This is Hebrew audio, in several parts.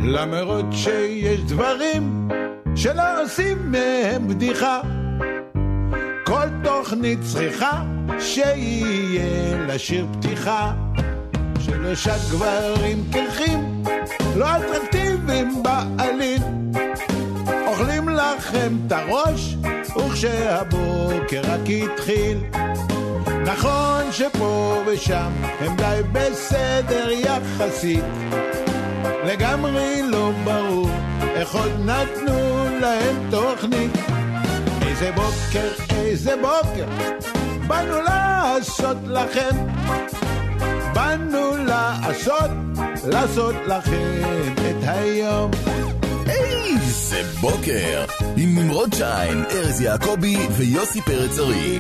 למרות שיש דברים שלא עושים מהם בדיחה. כל תוכנית צריכה שיהיה לשיר פתיחה, שלושה גברים קרחים לא אטרקטיביים בעליל אוכלים לכם את הראש וכשהבוקר רק התחיל. נכון שפה ושם הם די בסדר יחסית, לגמרי לא ברור איך עוד נתנו להם תוכנית. איזה בוקר, איזה בוקר, באנו לעשות לכם, באנו לעשות לכם את היום. איזה בוקר, עם נמרוד שיין, ארז יעקבי ויוסי פרץ ארי.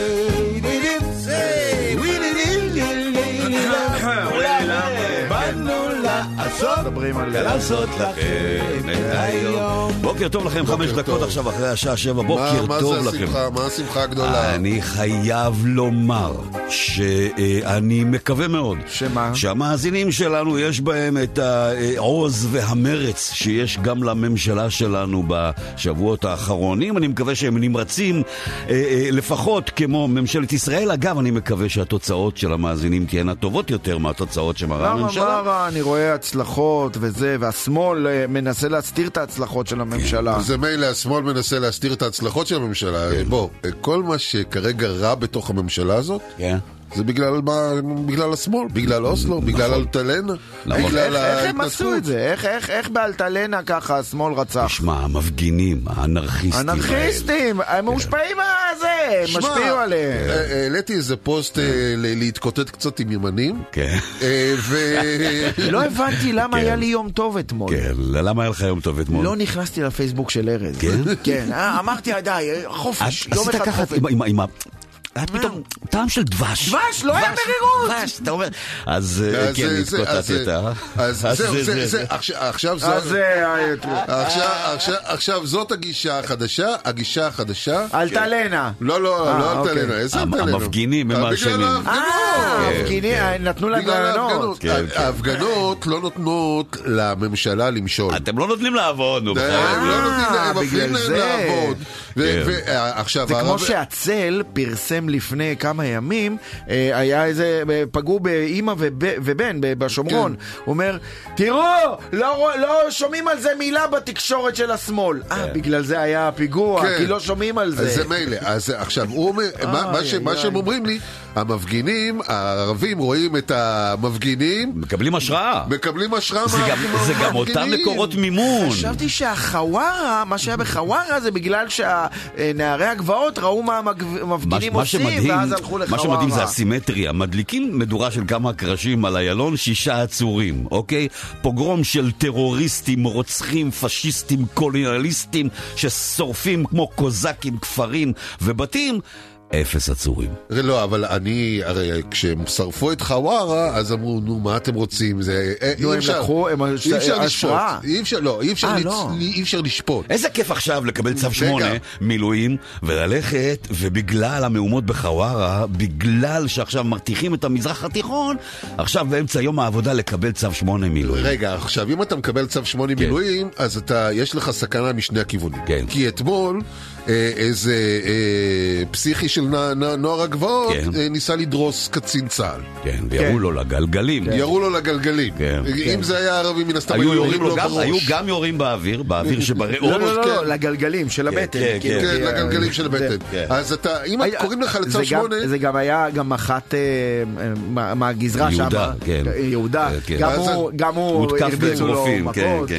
לעשות לכם את היום. בוקר טוב לכם, 5 דקות עכשיו אחרי השעה 7. בוקר טוב לכם. מה השמחה הגדולה? אני חייב לומר שאני מקווה מאוד שהמאזינים שלנו יש בהם את העוז והמרץ שיש גם לממשלה שלנו בשבועות האחרונים. אני מקווה שהם נמרצים לפחות כמו ממשלת ישראל. אגב, אני מקווה שהתוצאות של המאזינים תהיינה טובות יותר מהתוצאות שמראה הממשלה. אני רואה הצלחות וזה, והשמאל מנסה להסתיר את ההצלחות של הממשלה. זה מילא, השמאל מנסה להסתיר את ההצלחות של הממשלה. בוא, כל מה שכרגע רע בתוך הממשלה הזאת, זה בגלל השמאל, בגלל אוסלו, בגלל אלטלנה. איך הם עשו את זה? איך באלטלנה ככה השמאל רצח? תשמע, המפגינים, האנרכיסטים, הם מושפעים מהזה, משפיעו עליהם. העליתי איזה פוסט להתקוטט קצת עם ימנים. כן. לא הבנתי למה היה לי יום טוב אתמול. כן, למה היה לך יום טוב אתמול? לא נכנסתי לפייסבוק של ארז. כן? כן, אמרתי, די, חופש. עשית ככה היה פתאום טעם של דבש. דבש, לא היה מרירות. דבש, אתה אומר. אז כן, התקוטטתי אותה. אז זהו, עכשיו זאת הגישה החדשה. אלטלנה. לא אלטלנה, איזה אלטלנה? המפגינים הם האשמים. המפגינים, נתנו להם רעיונות. ההפגנות לא נותנות לממשלה למשול. אתם לא נותנים לעבוד. הם לא נותנים להם, הם מפריעים להם לעבוד. זה כמו שהצל פרסם לפני כמה ימים, היה איזה, פגעו באמא ובן בשומרון. הוא אומר, תראו, לא שומעים על זה מילה בתקשורת של השמאל. בגלל זה היה פיגוע, כי לא שומעים על זה. זה מילא. אז עכשיו, הוא אומר, מה שהם אומרים לי, המפגינים, הערבים רואים את המפגינים, מקבלים השראה. זה גם אותם מקורות מימון. חשבתי שהחווארה, מה שהיה בחווארה זה בגלל שהנערי הגבעות ראו מה המפגינים עושים, ואז הלכו לחווארה. מה שמדהים זה הסימטריה. מדליקים מדורה של כמה קרשים על איילון, 6 עצורים, אוקיי? פוגרום של טרוריסטים, רוצחים, פשיסטים, קולוניאליסטים, ששורפים כמו קוזקים כפרים ובתים. 0 עצורים. לא, אבל הרי כשהם שרפו את חווארה, אז אמרו, נו, מה אתם רוצים? הם לקחו, הם השראה. אי אפשר לשפוט. איזה כיף עכשיו לקבל צו 8 מילואים, וללכת, ובגלל המהומות בחווארה, בגלל שעכשיו מרתיחים את המזרח התיכון, עכשיו באמצע יום העבודה לקבל צו 8 מילואים. רגע, עכשיו, אם אתה מקבל צו 8 מילואים, אז יש לך סכנה משני הכיוונים. כי אתמול, איזה פסיכי של נוער הגבעות ניסה לדרוס קצין צה"ל. כן, ויראו לו לגלגלים. אם זה היה ערבי מן הסתם היו יורים לו בראש. היו גם יורים באוויר שבריאות. לא, לגלגלים של הבטן. כן, לגלגלים של הבטן. אז אם קוראים לך לצו 8... זה גם היה גם אחת מהגזרה שם. יהודה. גם הוא הרביצו לו מכות.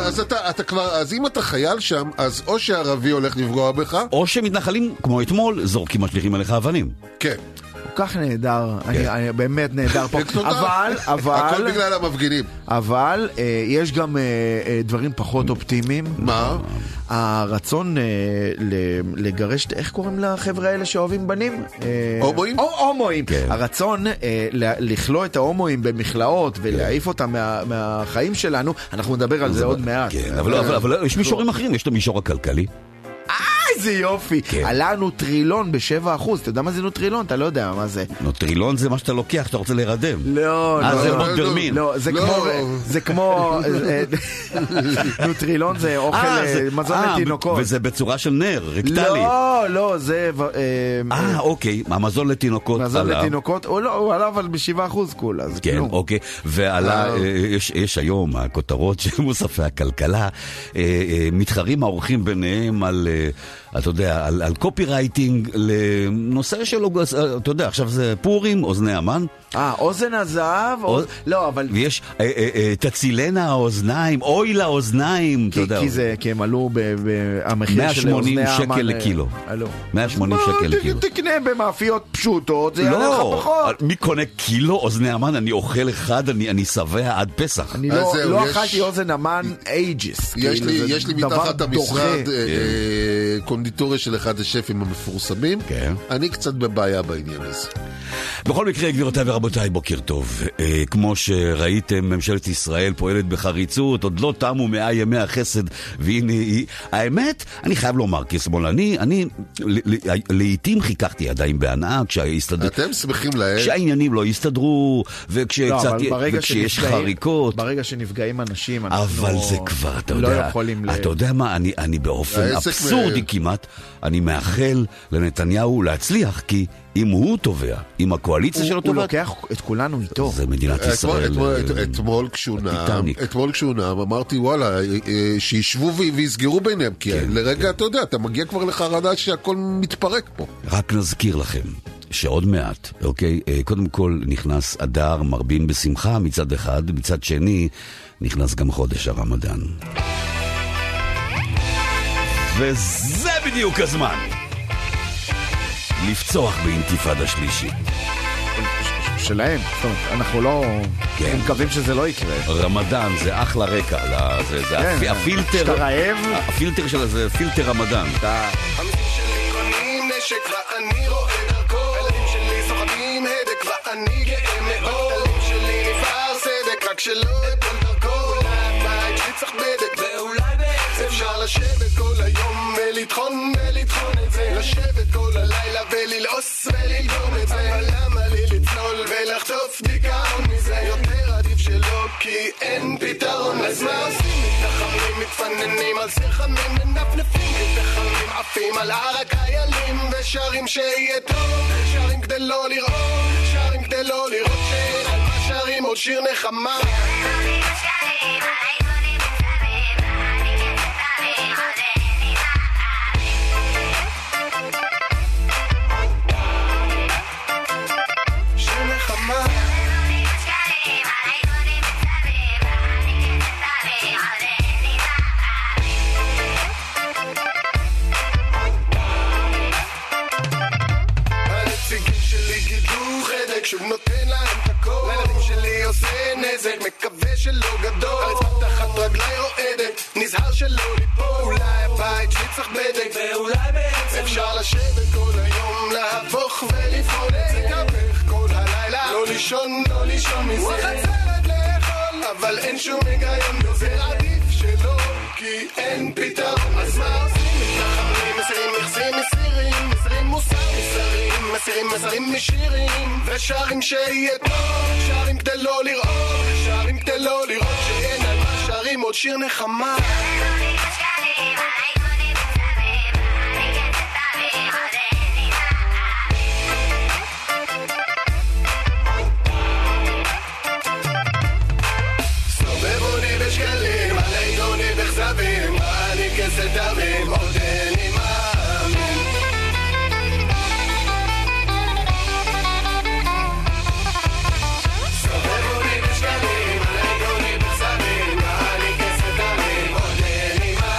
אז אם אתה חייל שם, אז או שהערבי הולך לפגוע בך, או שמתנחלים, כמו אתמול, זורקים משליכים עליך אבנים. כן. כל כך נהדר, אני באמת נהדר פה. אבל... הכל בגלל המפגינים. אבל יש גם דברים פחות אופטימיים. מה? הרצון לגרש, איך קוראים לחבר'ה האלה שאוהבים בנים? הומואים? הומואים. הרצון לכלוא את ההומואים במכלאות ולהעיף אותם מהחיים שלנו, אנחנו נדבר על זה עוד מעט. אבל יש מישורים אחרים, יש את המישור הכלכלי. איזה יופי. עלה נוטרילון ב7%. אתה יודע מה זה נוטרילון? אתה לא יודע מה זה. נוטרילון זה מה שאתה לוקח, שאתה רוצה להירדם. לא, זה נוטרמין. לא, זה כמו נוטרילון זה אוכל מזון לתינוקות. וזה בצורה של נר, רקטלי. לא, זה... אוקיי, המזון לתינוקות עלה. מזון לתינוקות, הוא עלה אבל ב7% כולה. כן, אוקיי. ועלה, יש היום הכותרות של מוספי הכלכלה, מתחרים האורחים ביניהם על, אתה יודע, על קופי רייטינג לנושא שלו, אתה יודע, עכשיו זה פורים, אוזני המן. אוזן הזהב? לא, אבל... ויש תצילנה האוזניים, אוי לאוזניים. כי הם עלו במחיר של אוזני המן. 180 שקל לקילו. 180 שקל לקילו. תקנה במאפיות פשוטות, זה יעלה לך פחות. מי קונה קילו אוזני המן? אני אוכל אחד, אני שבע עד פסח. אני לא אכלתי אוזן המן אייג'ס. יש לי מתחת המשרד קונדיטוריה של אחד השפים המפורסמים. אני קצת בבעיה בעניין הזה. בכל מקרה, גבירותיי ורבותיי, בוקר טוב. כמו שראיתם, ממשלת ישראל פועלת בחריצות, עוד לא תמו 100 ימי החסד, והנה, האמת, אני חייב לומר, כשמאלני, אני לעתים חיככתי ידיים בהנאה, אתם שמחים להם? כשהעניינים לא יסתדרו, וכשיש חריקות. ברגע שנפגעים אנשים, אבל זה כבר, אתה יודע, אתה יודע מה, אני באופן אבסורדי כמעט, אני מאחל לנתניהו להצליח, כי אם הוא תובע, אם הקואליציה שלו תובע, הוא לוקח את כולנו איתו. זה מדינת ישראל. אתמול כשהוא נאם, אמרתי וואלה, שישבו ויסגרו ביניהם, כי לרגע אתה יודע, אתה מגיע כבר לחרדה שהכל מתפרק פה. רק נזכיר לכם שעוד מעט, אוקיי, קודם כל נכנס אדר, מרבים בשמחה מצד אחד, מצד שני נכנס גם חודש הרמדאן. וזה בדיוק הזמן לפצוח באינתיפאדה שלישית שלהם. זאת אומרת, אנחנו לא מקווים שזה לא יקרה. רמדאן זה אחלה רקע, זה הפילטר, שאתה רעב, הפילטר שלה זה פילטר רמדאן. חמישים שלי קונים נשק ואני רואה דרכו, הילדים שלי סוחבים הדק ואני גאה מאוד, הילדים שלי נפער סדק רק שלא אפול דרכו, אולי הבית שלי צריך בדק ואולי בעצם אפשר לשבת כל היום ולטחון את זה, לשבת כל הלילה וללעוס וללדום את זה, אבל למה לי לצלול ולחטוף דיכאון מזה? יותר עדיף שלא כי אין פתרון. אז מה עושים? מתנחמים, מתפננים על סרחמים ונפנפים, מתנחמים עפים על הר הקיילים ושרים שיהיה טוב, שרים כדי לא לראות, שרים כדי לא לראות שאין על מה שרים עוד שיר נחמה. כשהוא נותן להם את הכל, לילדים שלי עושה נזק, מקווה שלא גדול, הרצפה תחת רגלי רועדת, נזהר שלא ליפול, אולי הבית שלי צריך בדק ואולי בעצם אפשר לשבת כל היום, להפוך ולפעול, להתהפך כל הלילה, לא לישון מזה, הוא החצרת לאכול, אבל אין שום היגיון, זה עדיף שלא, כי אין פתרון. אז מה עושים? מתנחמים, מסירים מכסים, מסירים מוסר, מסירים משירים ושרים שיהיה טוב, שרים כדי לא לראות, שרים כדי לא לראות שאין על מה שרים עוד שיר נחמה. סובבוני בשקלים, עליי בכזבים, אני כסת דמים, עוד אין מאמין. סובבוני בשקלים, עליי בכזבים, אני כסת דמים, עוד אין מאמין.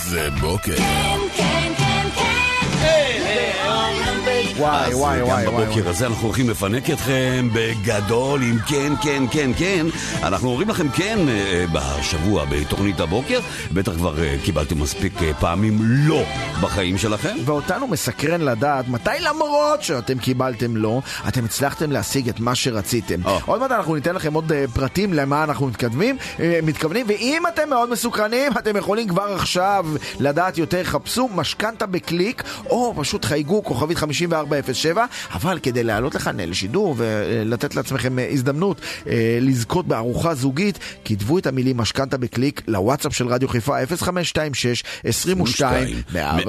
זה בוקר. וואי וואי וואי וואי. בבוקר הזה אנחנו הולכים לפנק אתכם בגדול עם כן כן כן כן. אנחנו אומרים לכם כן בשבוע בתוכנית הבוקר. בטח כבר קיבלתם מספיק פעמים לא בחיים שלכם. ואותנו מסקרן לדעת מתי למרות שאתם קיבלתם לא, אתם הצלחתם להשיג את מה שרציתם. עוד מעט אנחנו ניתן לכם עוד פרטים למה אנחנו מתכוונים, ואם אתם מאוד מסוקרנים אתם יכולים כבר עכשיו לדעת יותר. חפשו משכנתה בקליק או פשוט חייגו כוכבית 5407. אבל כדי לעלות לכאן לשידור ולתת לעצמכם הזדמנות לזכות בארוחה זוגית, כתבו את המילים משכנתה בקליק לוואטסאפ של רדיו חיפה 0526 22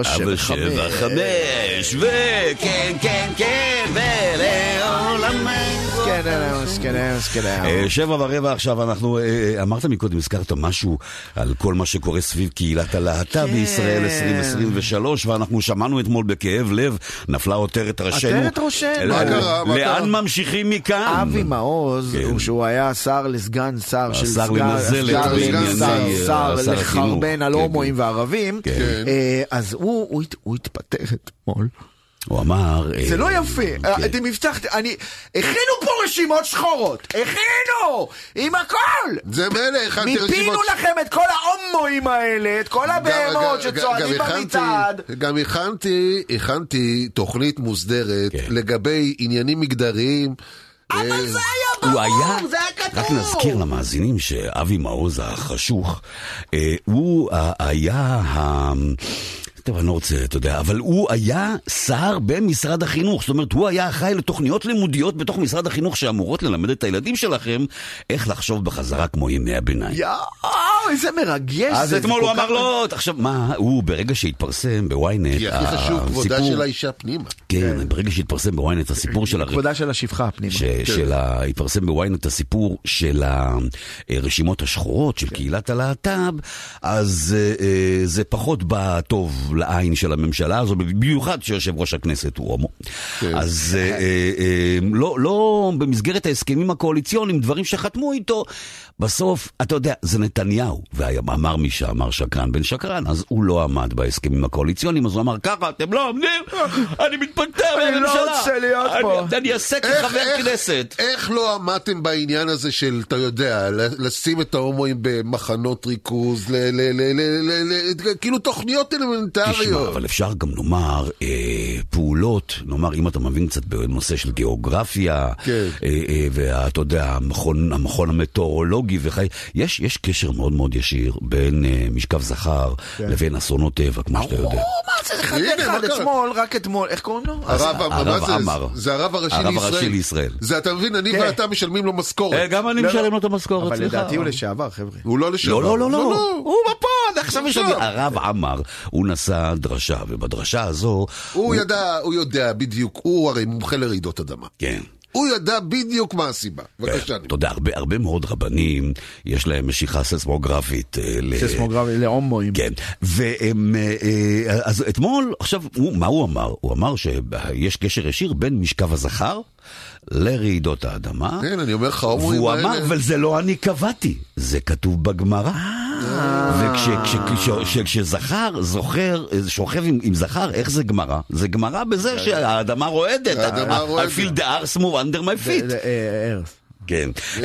175 וכן כן כן ולעולמנו. סקדם. 7:15 עכשיו. אנחנו אמרת מקודם, הזכרת משהו על כל מה שקורה סביב קהילת הלהט"ב בישראל 2023, ואנחנו שמענו אתמול בכאב לב, נפלה עוטרת ראשנו. לאן ממשיכים מכאן? אבי מעוז, שהוא היה שר לסגן שר של שר לנזלת, שר לחרבן על הומואים וערבים, אז הוא התפטר אתמול. הוא אמר... זה לא יפה, אתם הבטחתם, הכינו פה רשימות שחורות, הכינו, עם הכל. זה מלא, הכנתי רשימות... מיפינו לכם את כל ההומואים האלה, את כל הבהמות שצועדים במצעד. גם הכנתי תוכנית מוסדרת לגבי עניינים מגדריים. אבל זה היה ברור, זה היה כתוב. רק נזכיר למאזינים שאבי מעוז החשוך, הוא היה... טוב, אני לא רוצה, אתה יודע, אבל הוא היה שר במשרד החינוך. זאת אומרת, הוא היה אחראי לתוכניות לימודיות בתוך משרד החינוך שאמורות ללמד את הילדים שלכם איך לחשוב בחזרה כמו ימי הביניים. איזה מרגש. אז אתמול הוא אמר לו, עכשיו, מה, הוא ברגע שהתפרסם בוויינט, כי הכי חשוב, כבודה של האישה פנימה. כן, ברגע שהתפרסם בוויינט הסיפור של... כבודה של השפחה פנימה. התפרסם בוויינט הסיפור של הרשימות השחורות של קהילת הלהט"ב, אז זה פחות בא טוב לעין של הממשלה הזו, במיוחד שיושב ראש הכנסת הוא הומו. אז לא במסגרת ההסכמים הקואליציוניים, דברים שחתמו איתו, בסוף, אתה יודע, זה נתניהו, ואמר מי שאמר שקרן בן שקרן, אז הוא לא עמד בהסכמים הקואליציוניים, אז הוא אמר, ככה, אתם לא עומדים, אני מתפטר מהממשלה. אני לא רוצה להיות פה. אני אעשה כחבר כנסת. איך לא עמדתם בעניין הזה של, אתה יודע, לשים את ההומואים במחנות ריכוז, כאילו תוכניות אלמנטריות. תשמע, אבל אפשר גם לומר, פעולות, נאמר, אם אתה מבין קצת בנושא של גיאוגרפיה, ואתה יודע, המכון המטאורולוגי, יש קשר מאוד מאוד ישיר בין משכב זכר לבין אסונות טבע, כמו שאתה יודע. מה זה אחד אתמול, רק אתמול, איך קוראים לו? הרב עמר. זה הרב הראשי לישראל. זה, אתה מבין, אני ואתה משלמים לו משכורת. גם אני משלם לו את המשכורת. אבל לדעתי הוא לשעבר, חבר'ה. הוא לא לשעבר. לא. הוא בפוד, עכשיו משלמים. הרב עמר, הוא נסע דרשה, ובדרשה הזו... הוא יודע בדיוק, הוא הרי מומחה לרעידות אדמה. כן. הוא ידע בדיוק מה הסיבה. בבקשה. אתה יודע, הרבה מאוד רבנים, יש להם משיכה ססמוגרפית. ססמוגרפית להומואים. כן. אז אתמול, עכשיו, מה הוא אמר? הוא אמר שיש קשר ישיר בין משכב הזכר לרעידות האדמה. כן, אני אומר לך, הומואים האלה... והוא אמר, אבל זה לא אני קבעתי, זה כתוב בגמרא. וכשזכר שוכב עם זכר, איך זה גמרא? זה גמרא בזה שהאדמה רועדת. I feel the earth move under my feet. כן.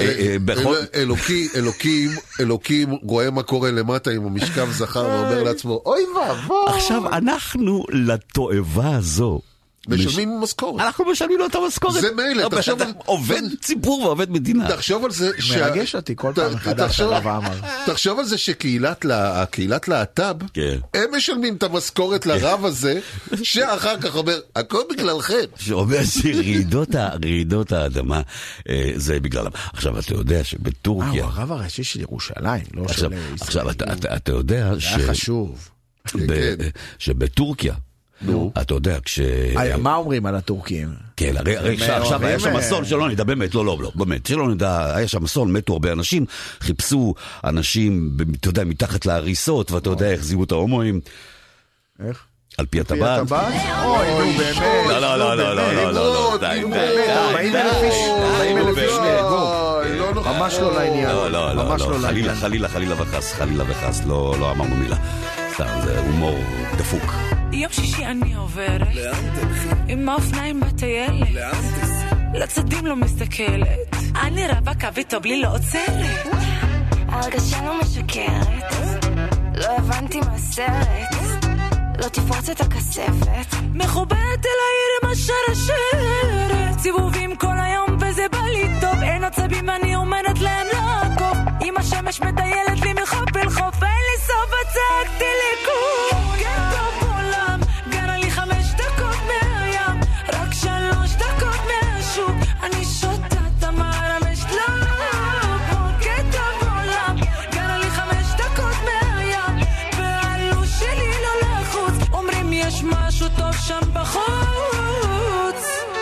אלוקים רואה מה קורה למטה עם המשכב זכר ואומר לעצמו, אוי ואבוי. עכשיו אנחנו לתועבה הזו משלמים משכורת. אנחנו משלמים לו את המשכורת. זה מילא, תחשוב על... עובד ציבור ועובד מדינה. תחשוב על זה מרגש אותי כל פעם מחדש הרב עמר. תחשוב על זה שקהילת להט"ב, הם משלמים את המשכורת לרב הזה, שאחר כך אומר, הכל בגללכם. שאומר שרעידות האדמה זה בגללם. עכשיו, אתה יודע שבטורקיה... הוא הרב הראשי של ירושלים, לא של ישראל. עכשיו, אתה יודע זה היה חשוב. שבטורקיה, אתה יודע, מה אומרים על הטורקים? כן, הרי עכשיו היה שם אסון שלא נדע, באמת, לא, באמת, שלא נדע, היה שם אסון, מתו הרבה אנשים, חיפשו אנשים, אתה יודע, מתחת להריסות, ואתה יודע, החזירו את ההומואים. איך? על פי הטבעת. אוי, נו, באמת. לא, די. 40,000 איש נהרגו. ממש לא לעניין. לא, חלילה וחס, לא אמרנו מילה. סתם, זה הומור דפוק. יום שישי אני עוברת. לאן תלכי? עם האופניים בטיילת. לאן תסי? לצדים לא מסתכלת. אני רווקה ואיתו בלי לא עוצרת. הרגשה לא משקרת. לא הבנתי מה סרט. לא תפרוץ את הכספת. מחוברת אל העיר עם השרשרת. סיבובים כל היום וזה בא לי טוב. אין עצבים אני אומרת להם לעקוב. אם השמש מטיילת לי מחוף אל חוף. אין לי סוף הצגתי לקום. כן טוב עולם. גרה לי 5 דקות מהים. רק 3 דקות מהשוק. אני שותה תמר המשלב. כן טוב עולם. גרה לי 5 דקות מהים. והלו"ז שלי לא לחוץ. אומרים יש משהו טוב שם בחוץ.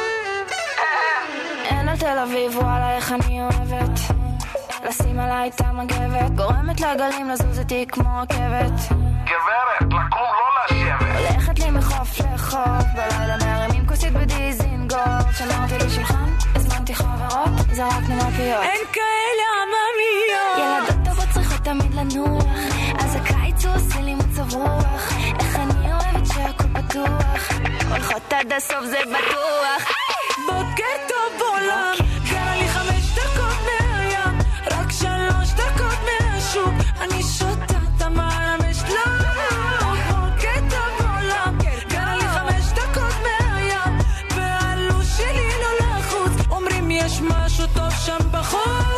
אין על תל אביב וואלה איך אני אוהבת לשים עליי את המגבת גורמת לגלים לזוז איתי כמו רכבת גברת, לקום לא לשבת הולכת לי מחוף לחוף בלילה מרימים כוסית בדיזינגוף שמרתי לי שולחן, הזמנתי חברות זרקנו מפיות אין כאלה עממיות ילדות טובות צריכות תמיד לנוח אז הקיץ הוא עושה לי מצב רוח איך אני אוהבת שהכל פתוח הולכות עד הסוף זה בטוח בוקר טוב עולם גרה לי 5 דקות מהים רק 3 דקות מהשוק אני שותה תמר המשלב בוקר טוב עולם גרה לי 5 דקות מהים והלו"ז שלי לא לחוץ אומרים יש משהו טוב שם בחוץ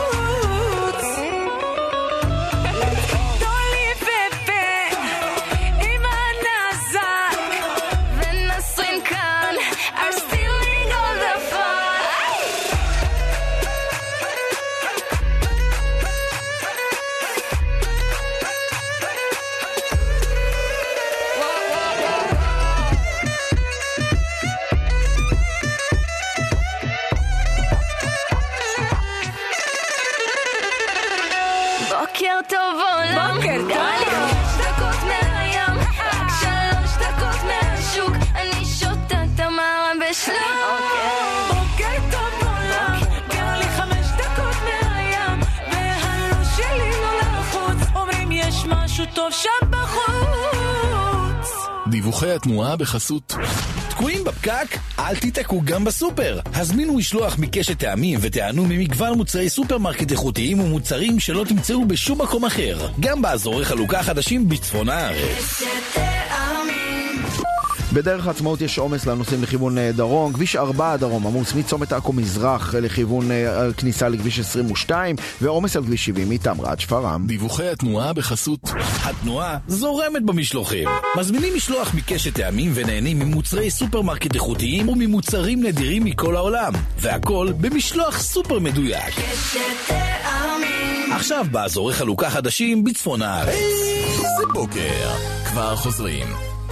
דולי ופה עם הנזק ונסרין כאן are stealing all the fun בוקר טוב עולם בוקר טוב. גרה לי 5 דקות מהים רק 3 דקות מהשוק אני שותה תמר בשלום בוקר טוב עולם גרה לי 5 דקות מהים והלו"ז שלי לא לחוץ אומרים יש משהו טוב שם בחוץ דיווחי התנועה בחסות. תקועים בפקק? אל תתקעו גם בסופר. הזמינו משלוח מקשת טעמים ותענו ממגוון מוצרי סופרמרקט איכותיים ומוצרים שלא תמצאו בשום מקום אחר. גם באזורי חלוקה חדשים בצפון הארץ. בדרך העצמאות יש עומס לנוסעים לכיוון דרום, כביש 4 דרום עמוס מצומת עכו מזרח לכיוון כניסה לכביש 22 ועומס על כביש 70 מתמרה עד שפרעם. דיווחי התנועה בחסות. התנועה זורמת במשלוחים. מזמינים משלוח מקשת טעמים ונהנים ממוצרי סופרמרקט איכותיים וממוצרים נדירים מכל העולם. והכל במשלוח סופר מדויק. עכשיו באזורי חלוקה חדשים בצפון הארץ. איזה בוקר. כבר חוזרים.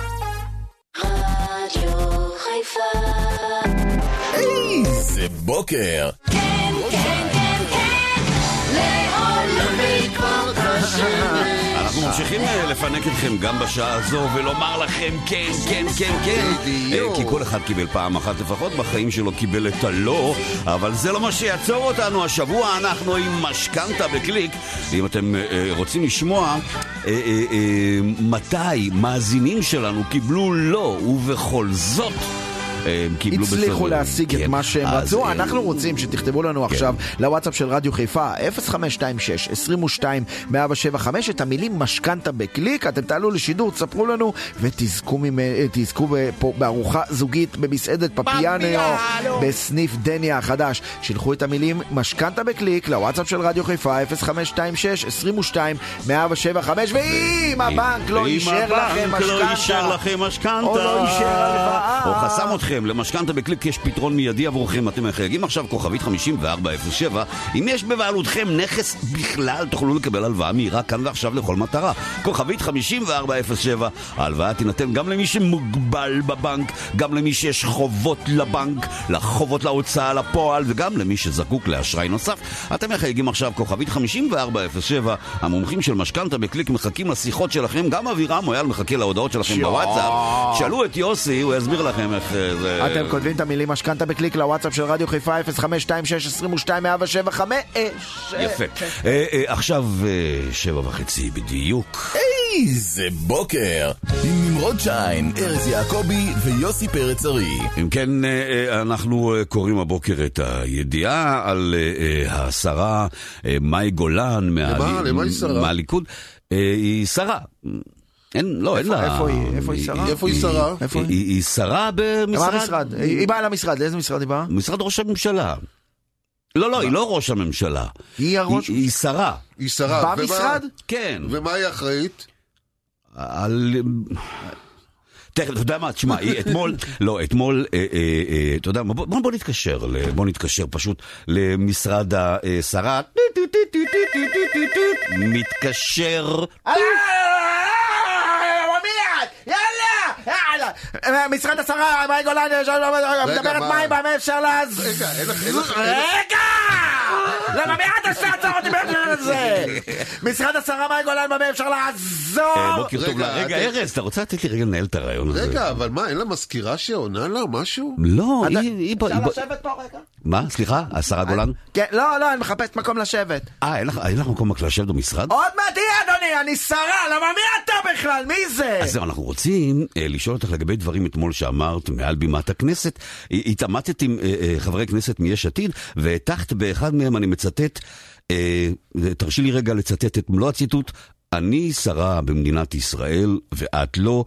איזה בוקר. כן, כן, כן, כן לעולם בעקבות השמש אנחנו ממשיכים לפנק אתכם גם בשעה הזו ולומר לכם כן, כן, כן, כן כי כל אחד קיבל פעם אחת לפחות בחיים שלו קיבל את הלא אבל זה לא מה שיעצור אותנו השבוע אנחנו עם משכנתה בקליק ואם אתם רוצים לשמוע מתי מאזינים שלנו קיבלו לא ובכל זאת הצליחו להשיג את מה שהם רצו. אנחנו רוצים שתכתבו לנו עכשיו לוואטסאפ של רדיו חיפה 0526-22-175 את המילים משכנתה בקליק. אתם תעלו לשידור, תספרו לנו ותזכו בארוחה זוגית במסעדת פפיאנו בסניף דניה החדש. שילחו את המילים משכנתה בקליק לוואטסאפ של רדיו חיפה 0526-22-175 ואם הבנק לא אישר לכם משכנתה או לא אישר הלוואה או חסם אתכם למשכנתה בקליק יש פתרון מיידי עבורכם. אתם מחייגים עכשיו כוכבית 5407. אם יש בבעלותכם נכס בכלל תוכלו לקבל הלוואה מהירה כאן ועכשיו לכל מטרה. כוכבית 5407. ההלוואה תינתן גם למי שמוגבל בבנק, גם למי שיש חובות לבנק, לחובות להוצאה לפועל וגם למי שזקוק לאשראי נוסף. אתם מחייגים עכשיו כוכבית 5407. המומחים של משכנתה בקליק מחכים לשיחות שלכם. גם אבירם מויאל מחכה להודעות שלכם בוואטסאפ. שאלו את יוסי, הוא יסביר לכם איך אתם כותבים את המילים משכנתה בקליק לוואטסאפ של רדיו חיפה 052-622-107-5. יפה. עכשיו 7:30 בדיוק. איזה בוקר עם נמרוד שיין, ארז יעקבי ויוסי פרץ ארי. אם כן, אנחנו קוראים הבוקר את הידיעה על השרה מאי גולן מהליכוד. היא שרה. אין לה... איפה היא שרה? איפה היא שרה? היא שרה במשרד... היא באה למשרד, לאיזה משרד היא באה? משרד ראש הממשלה. לא, היא לא ראש הממשלה. היא שרה. היא שרה. במשרד? כן. ומה היא אחראית? תכף, אתה יודע מה, תשמע, אתמול, אתה יודע מה, בוא נתקשר פשוט למשרד השרה. מתקשר. משרד השרה, מאי גולן, מדברת מים, מה אפשר רגע! למה מי את עושה עצור אותי את זה? משרד השרה מאי גולן, מה אפשר לעזור? בוקר טוב לה. רגע, ארז, אתה רוצה לתת לי רגע לנהל את הרעיון הזה? רגע, אבל מה, אין לה מזכירה שעונה לה משהו? לא, אפשר לשבת פה רגע? מה? סליחה? השרה גולן? כן, לא, אני מחפש מקום לשבת. אין לך מקום לשבת במשרד? עוד מעט אדוני, אני שרה, למה מי אתה בכלל? מי זה? אז אנחנו רוצים לשאול אותך לגבי דברים אתמול שאמרת מעל בימת הכנסת. התעמתת עם חברי כנסת מיש עתיד, והתחת באחד מהם, אני מצטט, תרשי לי רגע לצטט את מלוא הציטוט, אני שרה במדינת ישראל ואת לא,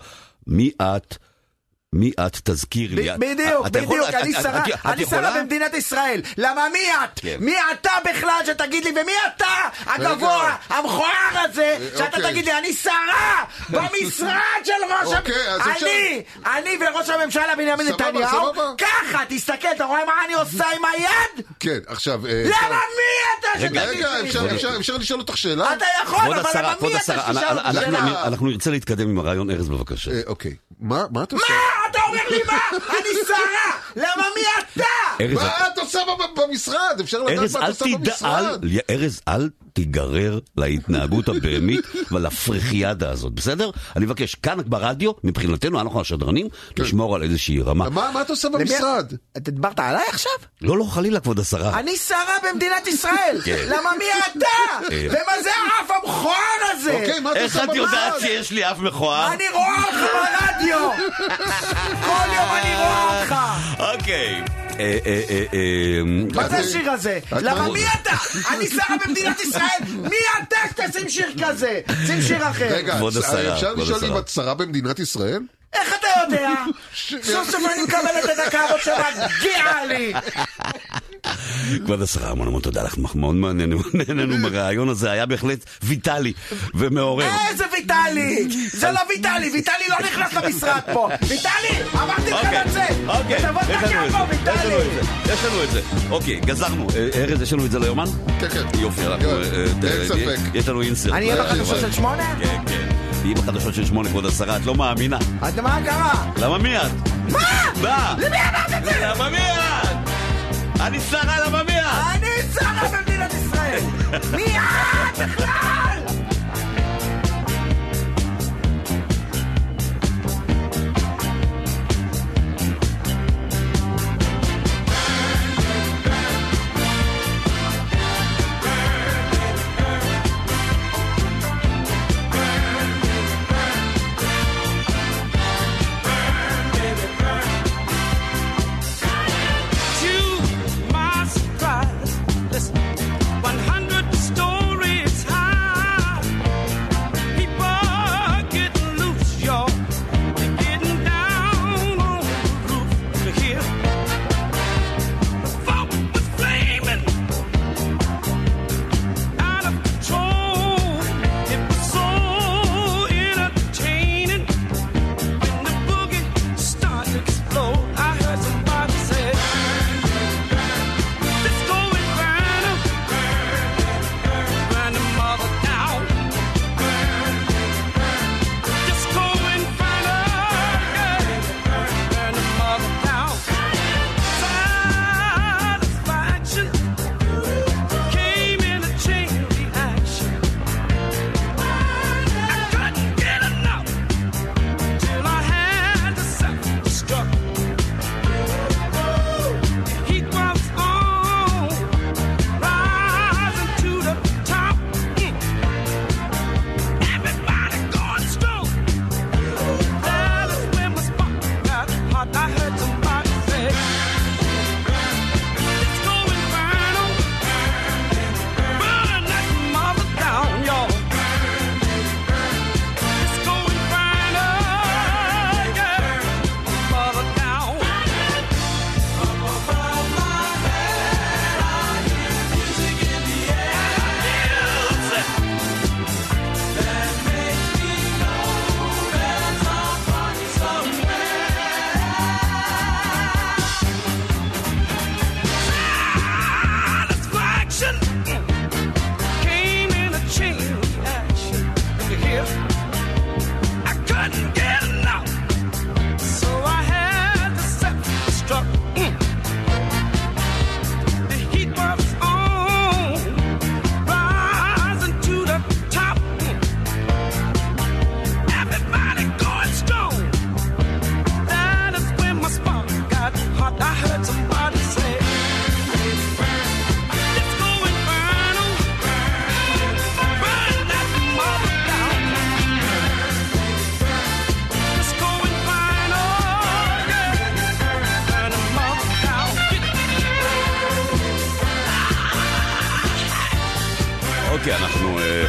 מי את תזכיר לי. בדיוק, אני שרה במדינת ישראל. למה מי את? מי אתה בכלל שתגיד לי, ומי אתה הגבוה, המכוער הזה, שאתה תגיד לי, אני שרה במשרד של ראש הממשלה. אני וראש הממשלה בנימין נתניהו, ככה, תסתכל, אתה רואה מה אני עושה עם היד? כן, עכשיו... למה מי אתה שתגיד לי? רגע, אפשר לשאול אותך שאלה? אתה יכול, אבל למה מי אתה שתשאל אותך שאלה? אנחנו נרצה להתקדם עם הרעיון, ארז בבקשה. אוקיי, מה אתה עושה? אתה אומר לי מה? אני שרה! למה מי אתה? מה את עושה במשרד? אפשר לדעת מה את עושה במשרד? ארז, אל תיגרר להתנהגות הבהמית ולפרחיאדה הזאת, בסדר? אני מבקש, כאן ברדיו, מבחינתנו, אנחנו השדרנים, לשמור על איזושהי רמה. מה את עושה במשרד? אתה דיברת עליי עכשיו? לא, חלילה, כבוד השרה. אני שרה במדינת ישראל! למה מי אתה? ומה זה האף המכוער הזה? איך את יודעת שיש לי אף מכוער? אני רואה אותך ברדיו! כל יום אני רואה אותך! אוקיי. מה זה השיר הזה? למה מי אתה? אני שרה במדינת ישראל! מי אתה שתשים שיר כזה? שים שיר אחר. רגע, אפשר לשאול אם את שרה במדינת ישראל? איך אתה יודע? סוף סוף אני מקבלת את הדקה הזאת שמגיעה לי. כבוד השרה, המון תודה לך, מאוד נהנינו ברעיון הזה, היה בהחלט ויטלי ומעורר. איזה ויטלי? זה לא ויטלי, ויטלי לא נכנס למשרד פה. ויטלי, אמרתי לך את זה. ותבוא תקע פה, ויטלי. יש לנו את זה. אוקיי, גזרנו. ארז, יש לנו את זה ליומן? כן. יופי, אין ספק. יש לנו אינסרט. אני אהיה בחדשות של 8? כן. היא בחדשות של 8, כבוד השרה, את לא מאמינה. אז מה קרה? למה מי את? מה? למי אמרת את זה? למה מי את? אני שרה, למה מי את? אני שרה במדינת ישראל! מי את בכלל? My surprise, listen, 100 stories high.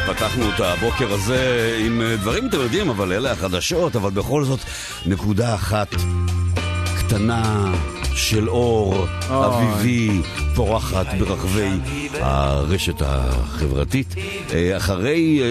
פתחנו את הבוקר הזה עם דברים אתם יודעים, אבל אלה החדשות, אבל בכל זאת נקודה אחת קטנה של אור אביבי פורחת ברחבי הרשת החברתית אחרי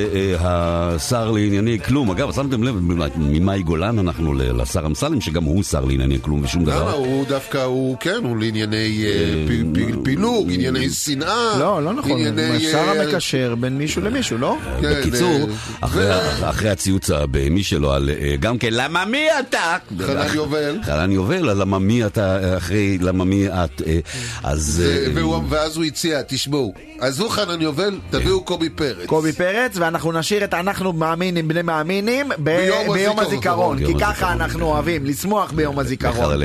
שהשר לענייני כלום, אגב שמתם לב ממאי גולן אנחנו לשר אמסלם שגם הוא שר לענייני כלום ושום דבר. הוא דווקא הוא כן, הוא לענייני פילוג, ענייני שנאה. לא נכון, השר המקשר בין מישהו למישהו, לא? בקיצור, אחרי הציוץ הבאמי שלו על גם כן למה מי אתה? חנן יובל, למה מי אתה אחרי למה מי את ואז הוא הציע, תשמעו, אז הוא חנן יובל, תביאו קובי פרץ, ואנחנו נשאיר את אנחנו מאמינים בני מאמינים ביום הזיכרון, כי ככה אנחנו אוהבים לשמוח ביום הזיכרון.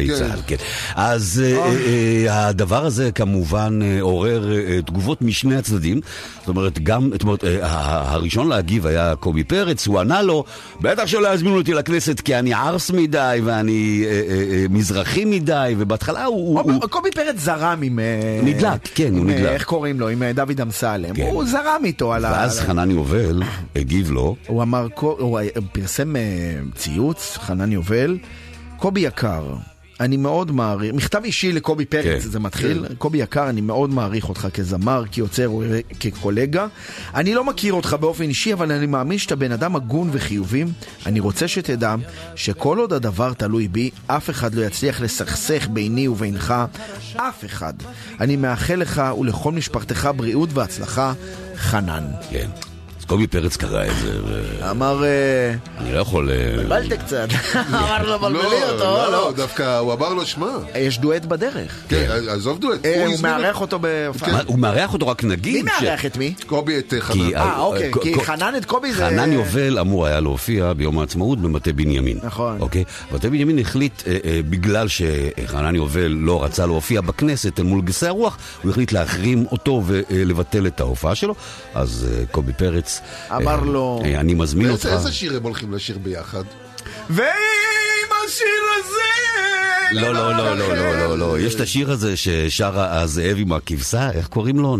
אז הדבר הזה כמובן עורר תגובות משני הצדדים. זאת אומרת, הראשון להגיב היה קובי פרץ, הוא ענה לו, בטח שלא יזמינו אותי לכנסת כי אני ערס מדי ואני מזרחי מדי, ובהתחלה קובי פרץ זרם עם נדלק, כן, הוא נדלק. איך קוראים לו? עם דוד אמסלם. הוא זרם איתו על ואז חנן יובל הגיב לו. הוא אמר, הוא פרסם ציוץ, חנן יובל, קובי יקר, אני מאוד מעריך, מכתב אישי לקובי פרץ, זה מתחיל, קובי יקר, אני מאוד מעריך אותך כזמר, כיוצר, כקולגה, אני לא מכיר אותך באופן אישי, אבל אני מאמין שאתה בן אדם הגון וחיובי, אני רוצה שתדע שכל עוד הדבר תלוי בי, אף אחד לא יצליח לסכסך ביני ובינך, אף אחד. אני מאחל לך ולכל משפחתך בריאות והצלחה, חנן. כן. קובי פרץ קרא את זה אמר אני לא יכול בלבלת קצת אמר לו בלבלי אותו לא, דווקא הוא אמר לו שמה יש דואט בדרך כן, עזוב דואט הוא מארח אותו בהופעה הוא מארח אותו, רק נגיד מי מארח את מי? קובי את חנן אוקיי, כי חנן את קובי זה חנן יובל אמור היה להופיע ביום העצמאות במטה בנימין נכון מטה בנימין החליט בגלל שחנן יובל לא רצה להופיע בכנסת אל מול גסי הרוח הוא החליט להחרים אותו ולבטל את ההופעה שלו אז קובי פרץ אמר לו אני מזמין אותך איזה שיר הם הולכים לשיר ביחד? ועם השיר הזה לא יש את השיר הזה ששר הזאב עם הכבשה איך קוראים לו?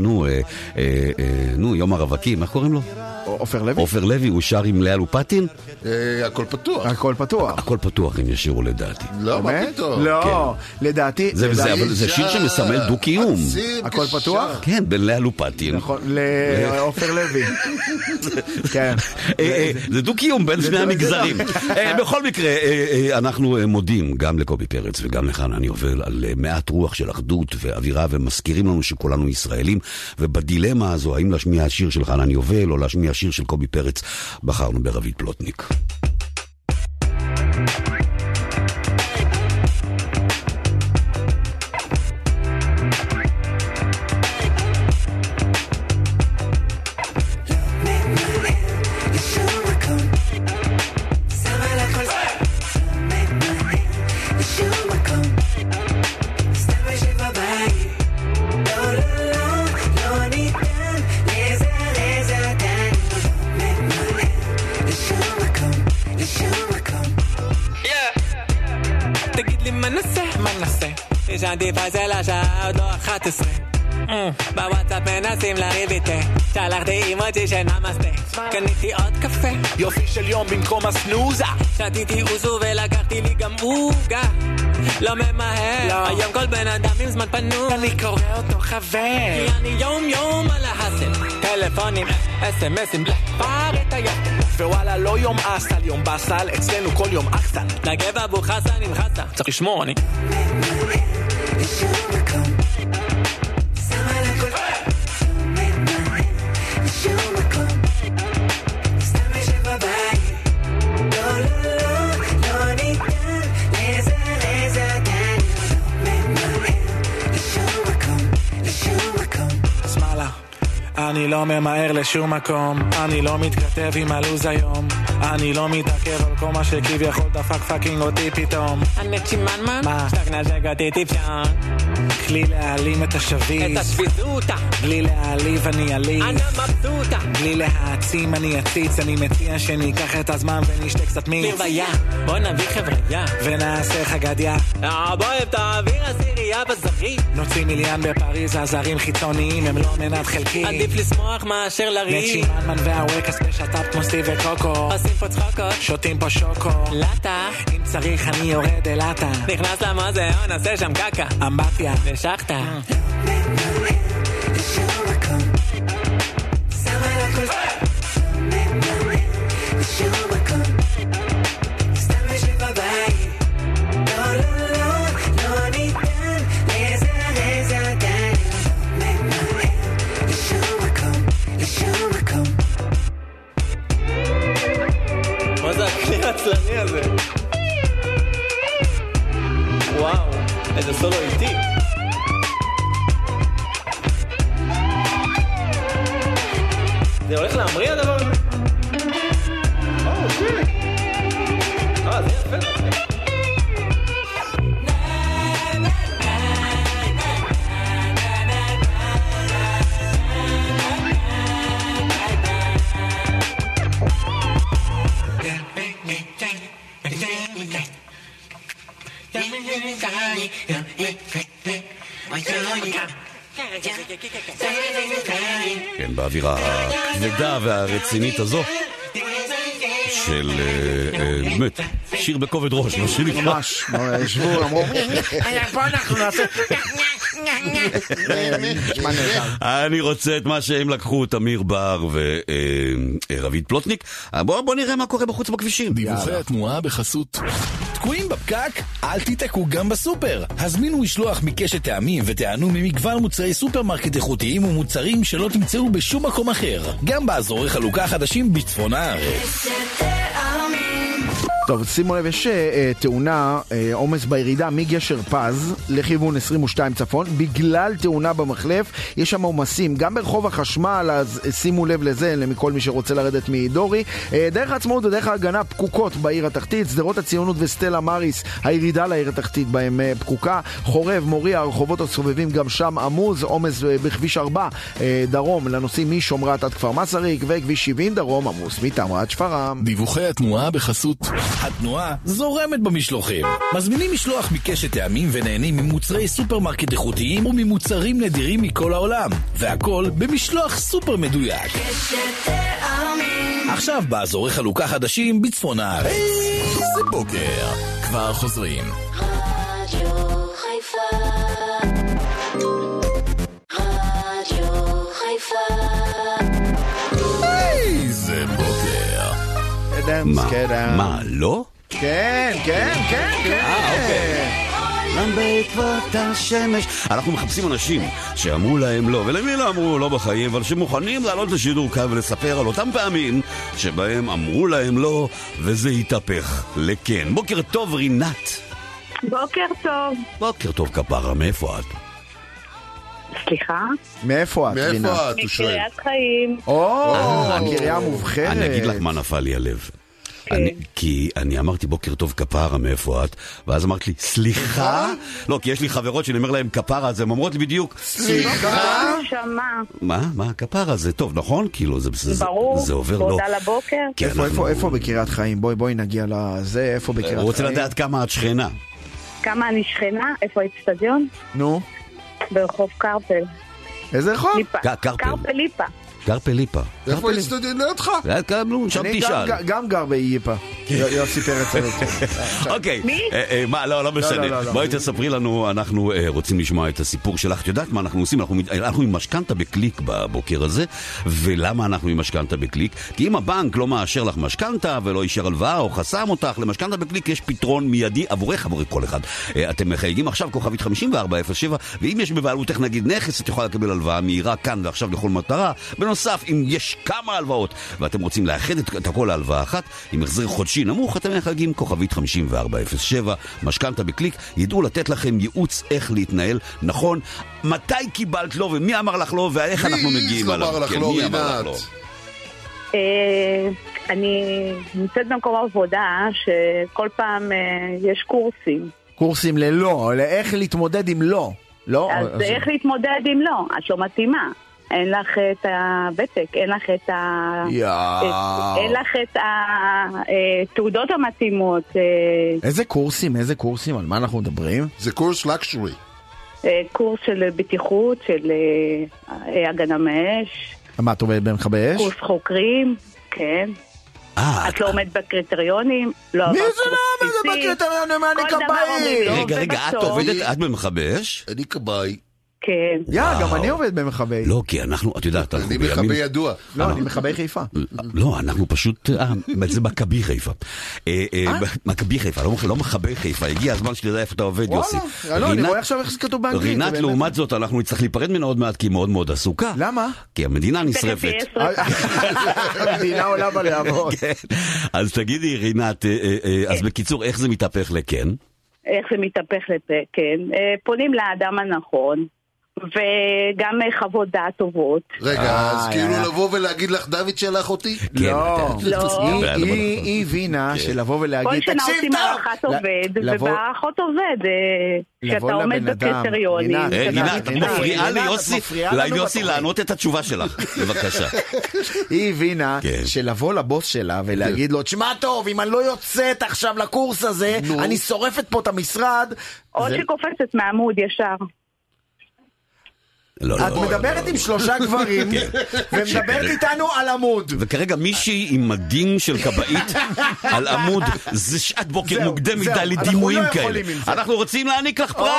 נו יום הרווקים איך קוראים לו? עופר לוי הוא שר עם לאה לופטין? הכל פתוח הכל פתוח אם ישירו לדעתי לא, מה פתאום? לא, לדעתי זה שיר שמסמל דו-קיום הכל פתוח? כן, בין לאה לופטין נכון, לעופר לוי כן זה דו-קיום בין שני המגזרים בכל מקרה אנחנו מודים גם לקובי פרץ וגם לחנן יובל על מעט רוח של אחדות ואווירה ומזכירים לנו שכולנו ישראלים ובדילמה הזו האם להשמיע השיר של חנן יובל או להשמיע השיר של קובי פרץ בחרנו ברביד פלוטניק ישנתי פייסל השעה עוד לא 11 בוואטסאפ מנסים להריב איתי שלחתי אימוג'י של נמסטה קניתי עוד קפה יופי של יום במקום הסנוזה שתיתי אוזו ולקחתי לי גם אוגה לא ממהר היום כל בן אדם עם זמן פנוי אני קורא אותו חבר כי אני יום יום על ההסל טלפונים אס-אמסים פער את היד ווואלה לא יום אסל יום בסל אצלנו כל יום אקסל נגב אבו חסן עם חסה צריך לשמור אני לשום מקום שמה לכל לשום מקום סתם ישב בבית לא ניתן לזה עדיין לשום מקום שמאלה אני לא ממהר לשום מקום אני לא מתכתב עם הלוז היום אני לא מתעכב על כל מה שכביכול דפק פאקינג אותי פתאום אני צ'ימנמן? מה? שתקנה שגתי טיפשן כלי להעלים את השביז את השביזותה בלי להעליב אני עליב אני מבסוטה בלי להעצים אני אציץ אני מציע שניקח את הזמן ונשתה קצת מיץ לרוויה בוא נביא חבריה ונעשה חגדיה בוא אוהב תעביר הסירייה בזרים נוציא מיליאן בפריז הזרים חיצוניים הם לא מנת חלקי עדיף לשמוח מאשר לריב. נצ'ימנמן והווקס בשטאפ כמו סטיב וקוקו. עושים פה צחוקות, שותים פה שוקו. לטה, אם צריך אני יורד אלטה. נכנס למוזיאון, עושה שם קקה. אמבטיה, נשכת. מה זה הכלי העצלני הזה? וואו, איזה סולו איטי. זה הולך להמריא הדבר הזה? אוקיי. זה יפה. כן, באווירה הכבדה והרצינית הזו של באמת, שיר בכובד ראש, מה שלי ממש, ישבו, אמרו, פה אנחנו נעשה אני רוצה את מה שהם לקחו, תמיר בר ורביד פלוטניק. בוא נראה מה קורה בחוץ בכבישים. דיווחי התנועה בחסות תקועים בפקק? אל תיתקעו גם בסופר. הזמינו משלוח מקשת טעמים ותענו ממגוון מוצרי סופרמרקט איכותיים ומוצרים שלא תמצאו בשום מקום אחר. גם באזורי חלוקה חדשים בצפון הארץ. טוב, שימו לב, יש תאונה, עומס בירידה מגשר פז לכיוון 22 צפון, בגלל תאונה במחלף, יש שם עומסים, גם ברחוב החשמל, אז שימו לב לזה, מכל מי שרוצה לרדת מדורי. דרך העצמאות ודרך ההגנה פקוקות בעיר התחתית, סדרות הציונות וסטלה מריס, הירידה לעיר התחתית בהם פקוקה, חורב, מוריה, הרחובות הסובבים גם שם עמוז, עומס בכביש 4 דרום, לנוסעים משומרת עד כפר מסריק, וכביש 70 דרום עמוס מתמרה עד שפרעם. דיווחי התנועה בחסות התנועה זורמת במשלוחים. מזמינים משלוח מקשת טעמים ונהנים ממוצרי סופרמרקט איכותיים וממוצרים נדירים מכל העולם. והכל במשלוח סופר מדויק. עכשיו באזורי חלוקה חדשים בצפון הארץ. זה בוקר. כבר חוזרים. רדיו חיפה. רדיו חיפה. זה בוקר. מה, לא? כן. אוקיי. בעקבות השמש. אנחנו מחפשים אנשים שאמרו להם לא, ולמי לא אמרו לא בחיים, אבל שמוכנים לעלות לשידור כאן ולספר על אותם פעמים שבהם אמרו להם לא, וזה התהפך לכן. בוקר טוב, רינת. בוקר טוב. בוקר טוב, כפרה, מאיפה את? סליחה? מאיפה את, רינת? מקריית חיים. הקריה המובחרת. אני אגיד לך מה נפל לי הלב. כי אני אמרתי בוקר טוב כפרה, מאיפה את? ואז אמרת לי, סליחה? לא, כי יש לי חברות שאני אומר להם כפרה, אז הן אומרות לי בדיוק, סליחה? מה? כפרה זה טוב, נכון? כאילו, ברור, זה עובר לא. תודה לבוקר. איפה בקריית חיים? בואי נגיע לזה, איפה בקריית חיים? הוא רוצה לדעת כמה את שכנה. כמה אני שכנה? איפה האצטדיון? נו? ברחוב קרפל. איזה רחוב? קרפל ליפה. גר פליפה. איפה האצטדיון לידך? שם תשאל. אני גם גר באיפה. יוסי פרץ. אוקיי. מי? לא משנה. בואי תספרי לנו, אנחנו רוצים לשמוע את הסיפור שלך. את יודעת מה אנחנו עושים? אנחנו עם משכנתה בקליק בבוקר הזה. ולמה אנחנו עם משכנתה בקליק? כי אם הבנק לא מאשר לך משכנתה ולא אישר הלוואה או חסם אותך, למשכנתה בקליק יש פתרון מיידי עבורך, עבור כל אחד. אתם מחייגים עכשיו כוכבית 5407, ואם יש בבעלותך נגיד נכס, את יכולה לקבל הלוואה מהירה כאן ועכשיו לכל מטרה. בנוסף, אם יש כמה הלוואות ואתם רוצים לאחד את הכל להלוואה אחת עם החזר חודשי נמוך, אתם מחייגים כוכבית 5407. משכנתה בקליק ידעו לתת לכם ייעוץ איך להתנהל נכון. מתי קיבלת לו ומי אמר לך לו ואיך אנחנו מגיעים עליו. מי אמר לך לו? אני נמצאת במקום עבודה שכל פעם יש קורסים. קורסים ללא, איך להתמודד עם לא. אז איך להתמודד עם לא? את לא מתאימה. אין לך את הוותק, אין לך את התעודות המתאימות. איזה קורסים? על מה אנחנו מדברים? זה קורס לקשורי. קורס של בטיחות, של הגנה מאש. מה, את עובדת במכבי אש? קורס חוקרים, כן. את לא עומדת בקריטריונים? מי זה לא עומדת בקריטריונים? אני כבאי. רגע, את עובדת, את במכבי אש? אני כבאי. כן. גם אני עובד במכבי. לא, כי אנחנו, את יודעת, אני מכבי ידוע. לא, אני מכבי חיפה. לא, אנחנו פשוט, זה מכבי חיפה. מכבי חיפה, לא מכבי חיפה. הגיע הזמן שתדע איפה אתה עובד, יוסי. לא, אני רואה עכשיו איך זה כתוב באנגלית. רינת, לעומת זאת, אנחנו נצטרך להיפרד ממנה עוד מעט, כי היא מאוד מאוד עסוקה. למה? כי המדינה נשרפת. המדינה עולה בלהבות. אז תגידי, רינת, אז בקיצור, איך זה מתהפך לכן? איך זה מתהפך לכן? פונים לאדם הנכון. וגם חוות דעת טובות. רגע, אז כאילו לבוא ולהגיד לך דוד שלח אותי? לא, היא הבינה שלבוא ולהגיד כל שנה עושים הערכת עובד, ובערכות עובד שאתה עומד בקריטריונים. רינת, את מפריעה ליוסי לענות את התשובה שלך, בבקשה. היא הבינה שלבוא לבוס שלה ולהגיד לו, תשמע טוב, אם אני לא יוצאת עכשיו לקורס הזה, אני שורפת פה את המשרד. או שקופצת מעמוד ישר. את מדברת עם 3 גברים ומדברת איתנו על עמוד, וכרגע מישהי עם מדים של קבעית על עמוד, זה שעת בוקר מוקדם מדי לדימויים כאלה. אנחנו רוצים להעניק לך פרס.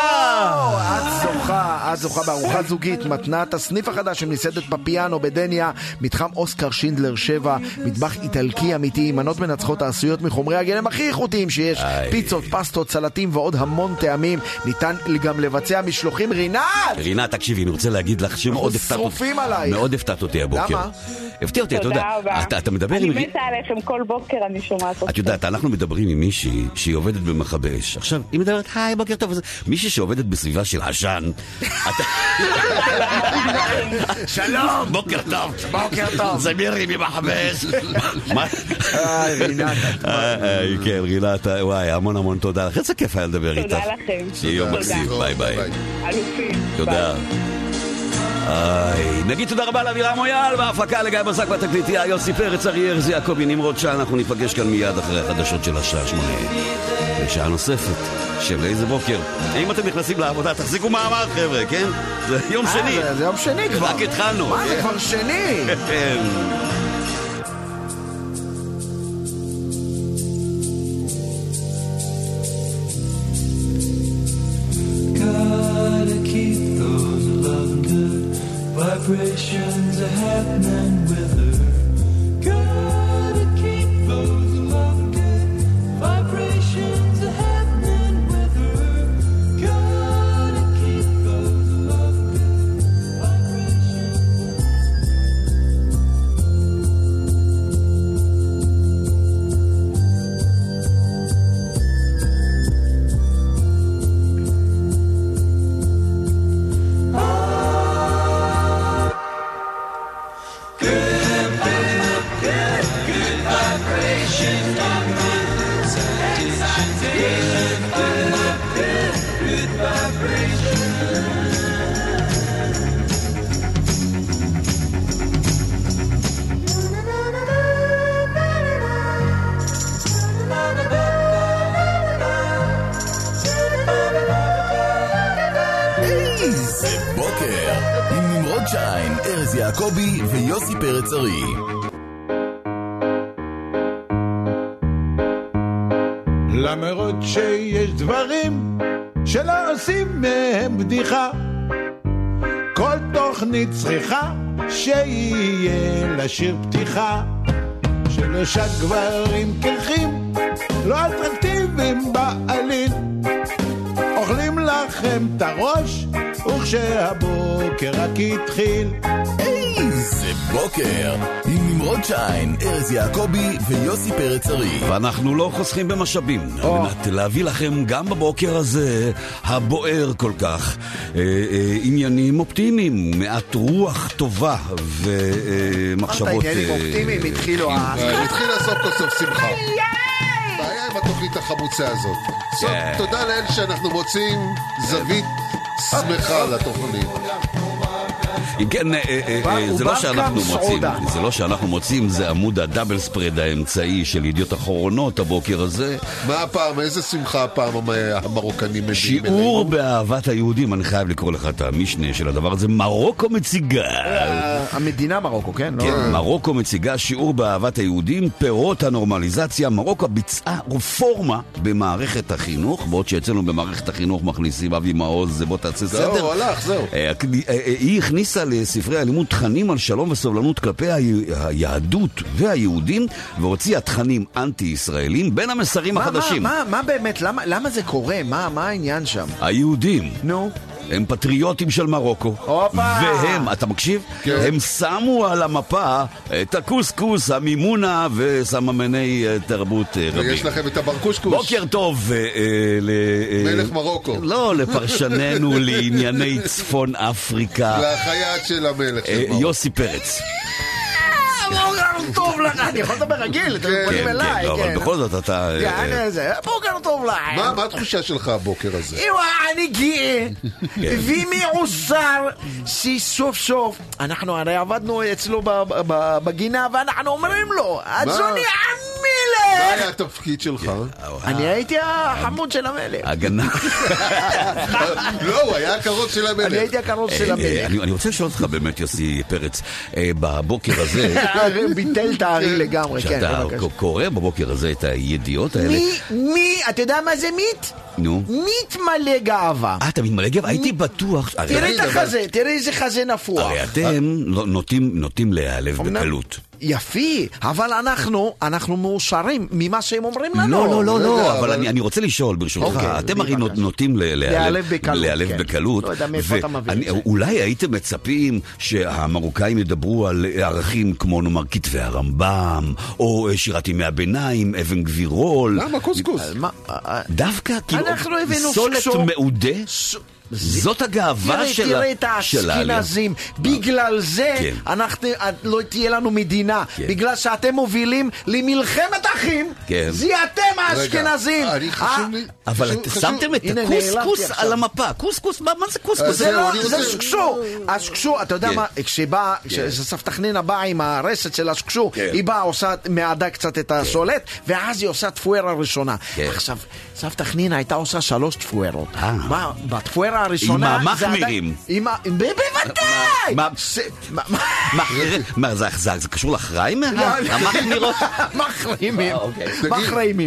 את זוכה בארוחת זוגית מתנת הסניף החדש של מסעדת פפיאנו בדניה, מתחם אוסקר שינדלר 7, מטבח איטלקי אמיתי, מנות מנצחות העשויות מחומרי הגלם הכי איכותיים שיש, פיצות, פסטות, סלטים ועוד המון טעמים. ניתן גם לבצע משלוחים. רינת, תקשיבי, אני רוצה להגיד לך שמאוד הפתעת אותי הבוקר. למה? הפתיע אותי, אתה יודע, אתה מדבר עם... אני מתה עליכם כל בוקר, אני שומעת אותך. את יודעת, אנחנו מדברים עם מישהי שהיא עובדת במכבי אש. עכשיו, היא מדברת, היי, בוקר טוב. מישהי שעובדת בסביבה של עשן. שלום! בוקר טוב. בוקר טוב. זה מירי ממכבי אש. רינת. כן, רינת, וואי, המון תודה לך. איזה כיף היה לדבר איתך. תודה לכם. שיהיה יום מקסים, ביי ביי. אלופים. תודה. נגיד תודה רבה לאבירם מויאל בהפקה, לגיא בזק בתקליטייה, יוסי פרץ, ארז יעקבי, נמרוד שעה. אנחנו ניפגש כאן מיד אחרי החדשות של השעה 8 בשעה נוספת של איזה בוקר. אם אתם נכנסים לעבודה תחזיקו מעמד חבר'ה, כן? זה יום שני. זה יום שני כבר. רק התחלנו. מה זה כבר שני? כן. Vibrations are happening with her. Gotta keep those love good. Vibrations are happening with her. Gotta keep those love good. ארז יעקבי ויוסי פרץ ארי. למרות שיש דברים שלא עושים מהם בדיחה, כל תוכנית צריכה שיהיה לשיר פתיחה. 3 גברים קרחים לא אטרקטיביים בעליל אוכלים לכם את הראש וכשהבוקר רק התחיל. איזה בוקר עם נמרוד שיין, ארז יעקבי ויוסי פרץ ארי. ואנחנו לא חוסכים במשאבים על מנת להביא לכם גם בבוקר הזה הבוער כל כך עניינים אופטימיים, מעט רוח טובה ומחשבות. העניינים אופטימיים התחילו התחיל לעשות סוף שמחה. בעיה עם התוכנית החמוצה הזאת. תודה לאל שאנחנו מוצאים זווית שמחה לתוכנית. אם כן, זה לא שאנחנו מוצאים, זה עמוד הדאבל ספרד האמצעי של ידיעות אחרונות הבוקר הזה. מה הפעם? איזה שמחה הפעם המרוקנים מביאים? שיעור באהבת היהודים, אני חייב לקרוא לך את המשנה של הדבר הזה. מרוקו מציגה, המדינה מרוקו, כן? כן, מרוקו מציגה שיעור באהבת היהודים, פירות הנורמליזציה. מרוקו ביצעה רפורמה במערכת החינוך, בעוד שאצלנו במערכת החינוך מכניסים אבי מעוז, בוא תעשה סדר. זהו, הלך, זהו. היא הכניסה לספרי הלימוד תכנים על שלום וסובלנות כלפי היהדות והיהודים, והוציאה תכנים אנטי-ישראלים בין המסרים החדשים. מה באמת? למה זה קורה? מה העניין שם? היהודים. נו. הם פטריוטים של מרוקו. והם, אתה מקשיב? הם שמו על המפה את הקוסקוס, המימונה וסממני תרבות רבים. ויש לכם את הברקושקוש. בוקר טוב מלך מרוקו. לא, לפרשננו לענייני צפון אפריקה. לחייט של המלך של מרוקו. יוסי פרץ. טוב לך, אני יכול לדבר רגיל, אתם פונים אליי. לא, אבל בכל זאת אתה... בוקר טוב לך. מה התחושה שלך הבוקר הזה? אני גאה ומאושר שסוף סוף אנחנו הרי עבדנו אצלו בגינה ואנחנו אומרים לו אדוני המלך. מה היה התפקיד שלך? אני הייתי החמוד של המלך. הגנה. לא, הוא היה הקרוב של המלך. אני הייתי הקרוב של המלך. אני רוצה לשאול אותך באמת יוסי פרץ, בבוקר הזה ביטל את הארי לגמרי. שאתה קורא בבוקר הזה את הידיעות האלה. אתה יודע מה זה מית? נו. מית מלא גאווה. אתה מתמלא גאווה? הייתי בטוח. תראה את החזה, תראה איזה חזה נפוח. הרי אתם נוטים להיעלב בקלות. יפי, אבל אנחנו מאושרים ממה שהם אומרים לנו. לא, אבל אני רוצה לשאול ברשותך, אתם הרי נוטים להיעלב בקלות, ואולי הייתם מצפים שהמרוקאים ידברו על ערכים כמו נאמר כתבי הרמב"ם, או שירת ימי הביניים, אבן גבירול. למה קוסקוס? דווקא כאילו סולת מעודה? זאת הגאווה שלה. תראה את האשכנזים. בגלל זה לא תהיה לנו מדינה. בגלל שאתם מובילים למלחמת אחים. זה אתם האשכנזים. אבל שמתם את הקוסקוס על המפה. קוסקוס, מה זה קוסקוס? זה שקשו. השקשו, אתה יודע מה, כשסבתכנין הבאה עם הרשת של השקשו, היא באה, עושה מעדה קצת את הסולת, ואז היא עושה תפוארה ראשונה. עכשיו, סבתכנין הייתה עושה 3 תפוארות. בתפוארה הראשונה עם המחמירים. בוודאי! מה, זה קשור לחריים? המחמירות? מחרימים.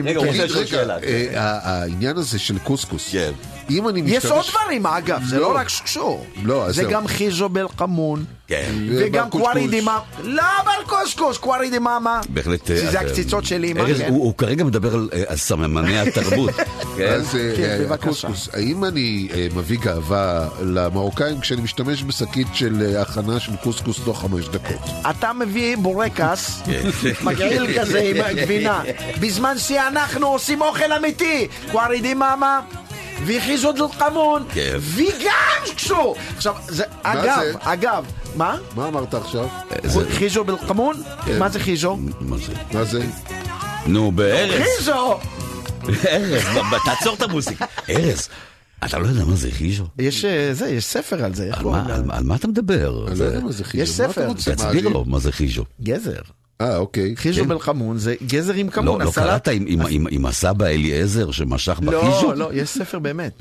העניין הזה של קוסקוס. יש עוד דברים, אגב, זה לא רק שקשור. זה גם חיזו בלקמון. וגם קוארי דימה. לא, ברקוסקוס, קוארי דימה. בהחלט. זה הקציצות שלי. הוא כרגע מדבר על סממני התרבות. אז הקוסקוס, האם אני מביא גאווה למרוקאים כשאני משתמש בשקית של הכנה של קוסקוס תוך 5 דקות? אתה מביא בורקס, מגעיל כזה עם גבינה, בזמן שאנחנו עושים אוכל אמיתי. קוארי דימה. וחיזו דלקמון, וגם שקשו. עכשיו, אגב, מה? מה אמרת עכשיו? חיזו בלקמון? מה זה חיזו? מה זה? נו, בארז. חיזו! ארז, תעצור את המוסיקה. ארז, אתה לא יודע מה זה חיזו? יש ספר על זה. על מה אתה מדבר? אני לא יודע מה זה חיזו. יש ספר. תסביר לו מה זה חיזו. גזר. אוקיי. חיזו בלקמון זה גזר עם כמון. לא קראת עם הסבא אליעזר שמשך בחיזו? לא, יש ספר באמת.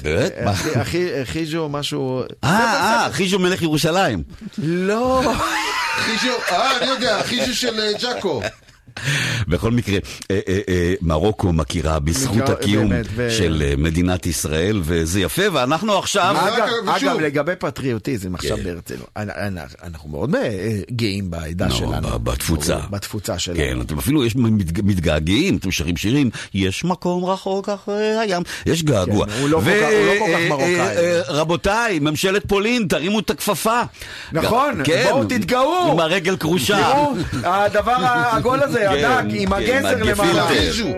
חיזו משהו... חיזו מלך ירושלים. לא. חיזו, אני יודע, חיזו של ג'אקו. בכל מקרה, מרוקו מכירה בזכות הקיום של מדינת ישראל, וזה יפה, ואנחנו עכשיו... אגב, לגבי פטריוטיזם, עכשיו ברצינות, אנחנו מאוד גאים בעדה שלנו. בתפוצה שלנו. כן, אתם אפילו יש מתגעגעים, אתם שרים שירים, יש מקום רחוק אחרי הים, יש געגוע. הוא לא כל כך מרוקאי. רבותיי, ממשלת פולין, תרימו את הכפפה. נכון, בואו תתגאו. עם הרגל קרושה. הדבר העגול הזה, הדק, עם הגזר למעלה.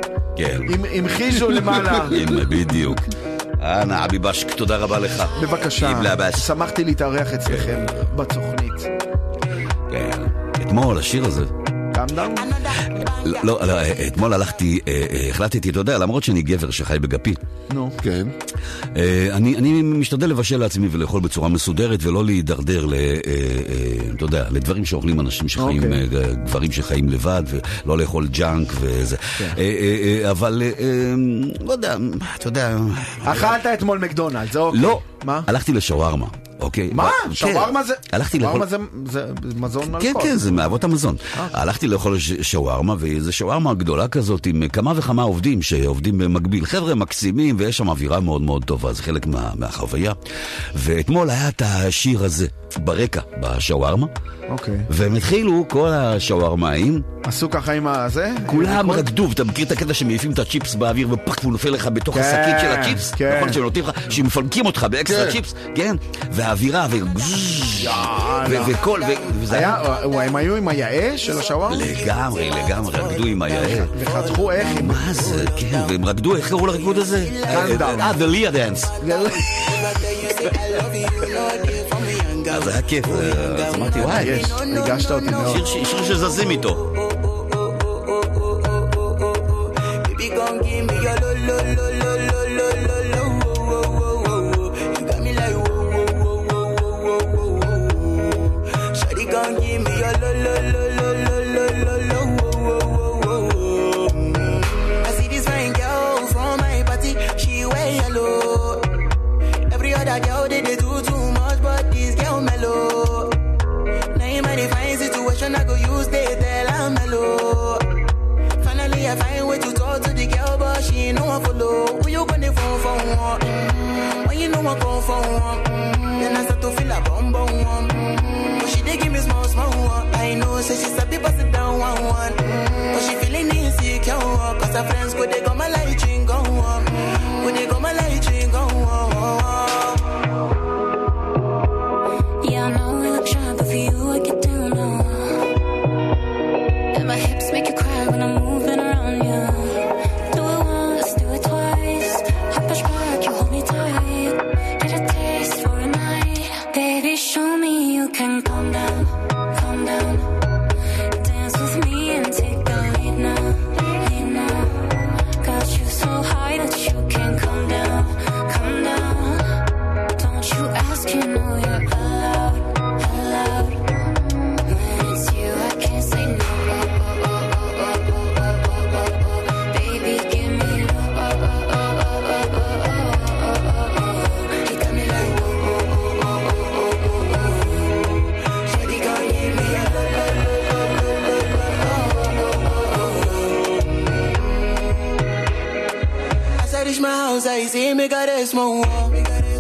עם חיזו למעלה. בדיוק. אנא אביבשק, תודה רבה לך. בבקשה, שמחתי להתארח אצלכם בתוכנית. כן, אתמול השיר הזה לא, אתמול החלטתי, אתה יודע, למרות שאני גבר שחי בגפי. נו. כן. אני משתדל לבשל לעצמי ולאכול בצורה מסודרת ולא להידרדר אתה יודע, לדברים שאוכלים אנשים שחיים, גברים שחיים לבד, ולא לאכול ג'אנק וזה. אבל, לא יודע, אתה יודע... אכלת אתמול מקדונלדס, זה אוקיי. לא, מה? הלכתי לשווארמה. אוקיי. מה? שווארמה זה? שווארמה זה מזון מלכות. כן, כן, זה מאבות המזון. הלכתי לאכול שווארמה, וזו שווארמה גדולה כזאת עם כמה וכמה עובדים שעובדים במקביל. חבר'ה מקסימים, ויש שם אווירה מאוד מאוד טובה, זה חלק מהחוויה. ואתמול היה את השיר הזה ברקע, בשווארמה. אוקיי. והם התחילו, כל השווארמאים עשו ככה עם הזה? כולם רקדו, אתה מכיר את הקטע שמעיפים את הצ'יפס באוויר ופח והוא נופל לך בתוך השקית של הצ'יפס? נכון, שהם נותנים לך, שמפנקים אותך באקסטרה צ'יפס, כן? והאווירה וכל... הם היו עם היאה של השווארמה? לגמרי, רקדו עם היאה. וחתכו איך? מה זה? כן, והם רקדו, איך קראו לרקוד הזה? The Leah Dance. אז זה היה כיף, אז אמרתי וואי, ניגשת אותי מאוד. שיר שזזים איתו. I go use they tell I'm mellow. Finally I find way to talk to the girl, but she ain't no one follow. Who you gonna phone for one? When you know I go for one, then I start to feel a bum bum one. But she dey give me small one. I know, say she's a bit pass it down one. But she feeling insecure, cause her friends go they go my light ring go on. Go they go my light ring go on. Yeah, I know we look shy, but for you I get down low. My hips make you cry when I'm moving around you. Do it once, do it twice. I push back, you hold me tight. Get a taste for a night. Baby, show me you can calm down, calm down. Dance with me and take the lead now, lead now. Got you so high that you can't come down, come down. Don't you ask, you know you're allowed, allowed. When it's you, I can't say no. My house, I see me got a small wall.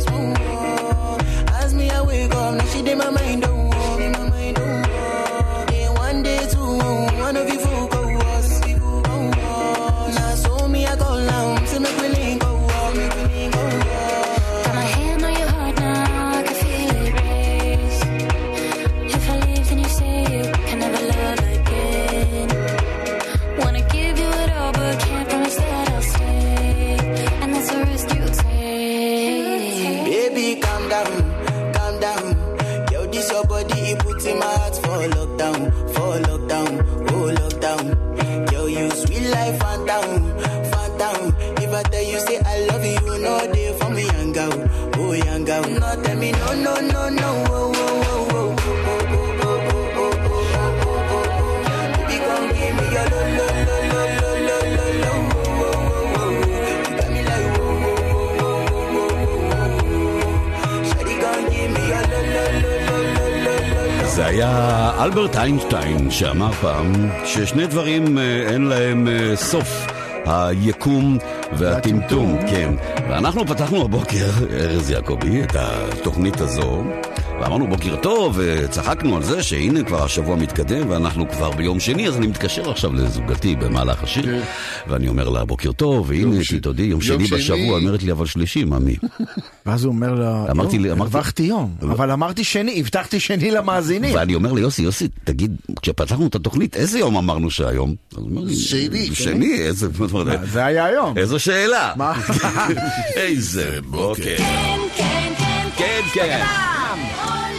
As me I wake up, now she did my mind don't walk. Then one day two, one of you folk go us. Now so me I go down, see me willing go walk. Got my hand on your heart now, I can feel it race. If I leave, then you say you can never love again. Wanna give you it all, but can't promise that I'll stay. And that's a risk you take. Baby, calm down, calm down. Yo, this your body, it puts in my heart for lockdown, oh lockdown. Yo, you sweet life, phantom, phantom. If I tell you, say I love you, no day for me, young girl, oh young girl. No, tell me, no, no, no, no, oh, oh, oh, oh, oh, oh, oh, oh. Baby, come give me your lo, lo, lo, lo, lo, lo, lo, lo, oh, oh, oh. You got me like, oh, oh, oh, oh, oh. Shawty, come give me your lo, lo, lo, lo, lo, lo, lo. זה היה אלברט איינשטיין שאמר פעם ששני דברים אין להם סוף, היקום והטמטום, כן. ואנחנו פתחנו הבוקר, ארז יעקבי, את התוכנית הזו, ואמרנו בוקר טוב, וצחקנו על זה שהנה כבר השבוע מתקדם, ואנחנו כבר ביום שני, אז אני מתקשר עכשיו לזוגתי במהלך השיר, ואני אומר לה בוקר טוב, והנה תודי, יום שני בשבוע, אומרת לי אבל שלישי, ממי. ואז הוא אומר לה, הרווחתי יום, אבל אמרתי שני, הבטחתי שני למאזינים. ואני אומר ליוסי, יוסי, תגיד, כשפתחנו את התוכנית, איזה יום אמרנו שהיום? שני, איזה... זה היה היום. איזו שאלה. איזה בוקר. כן.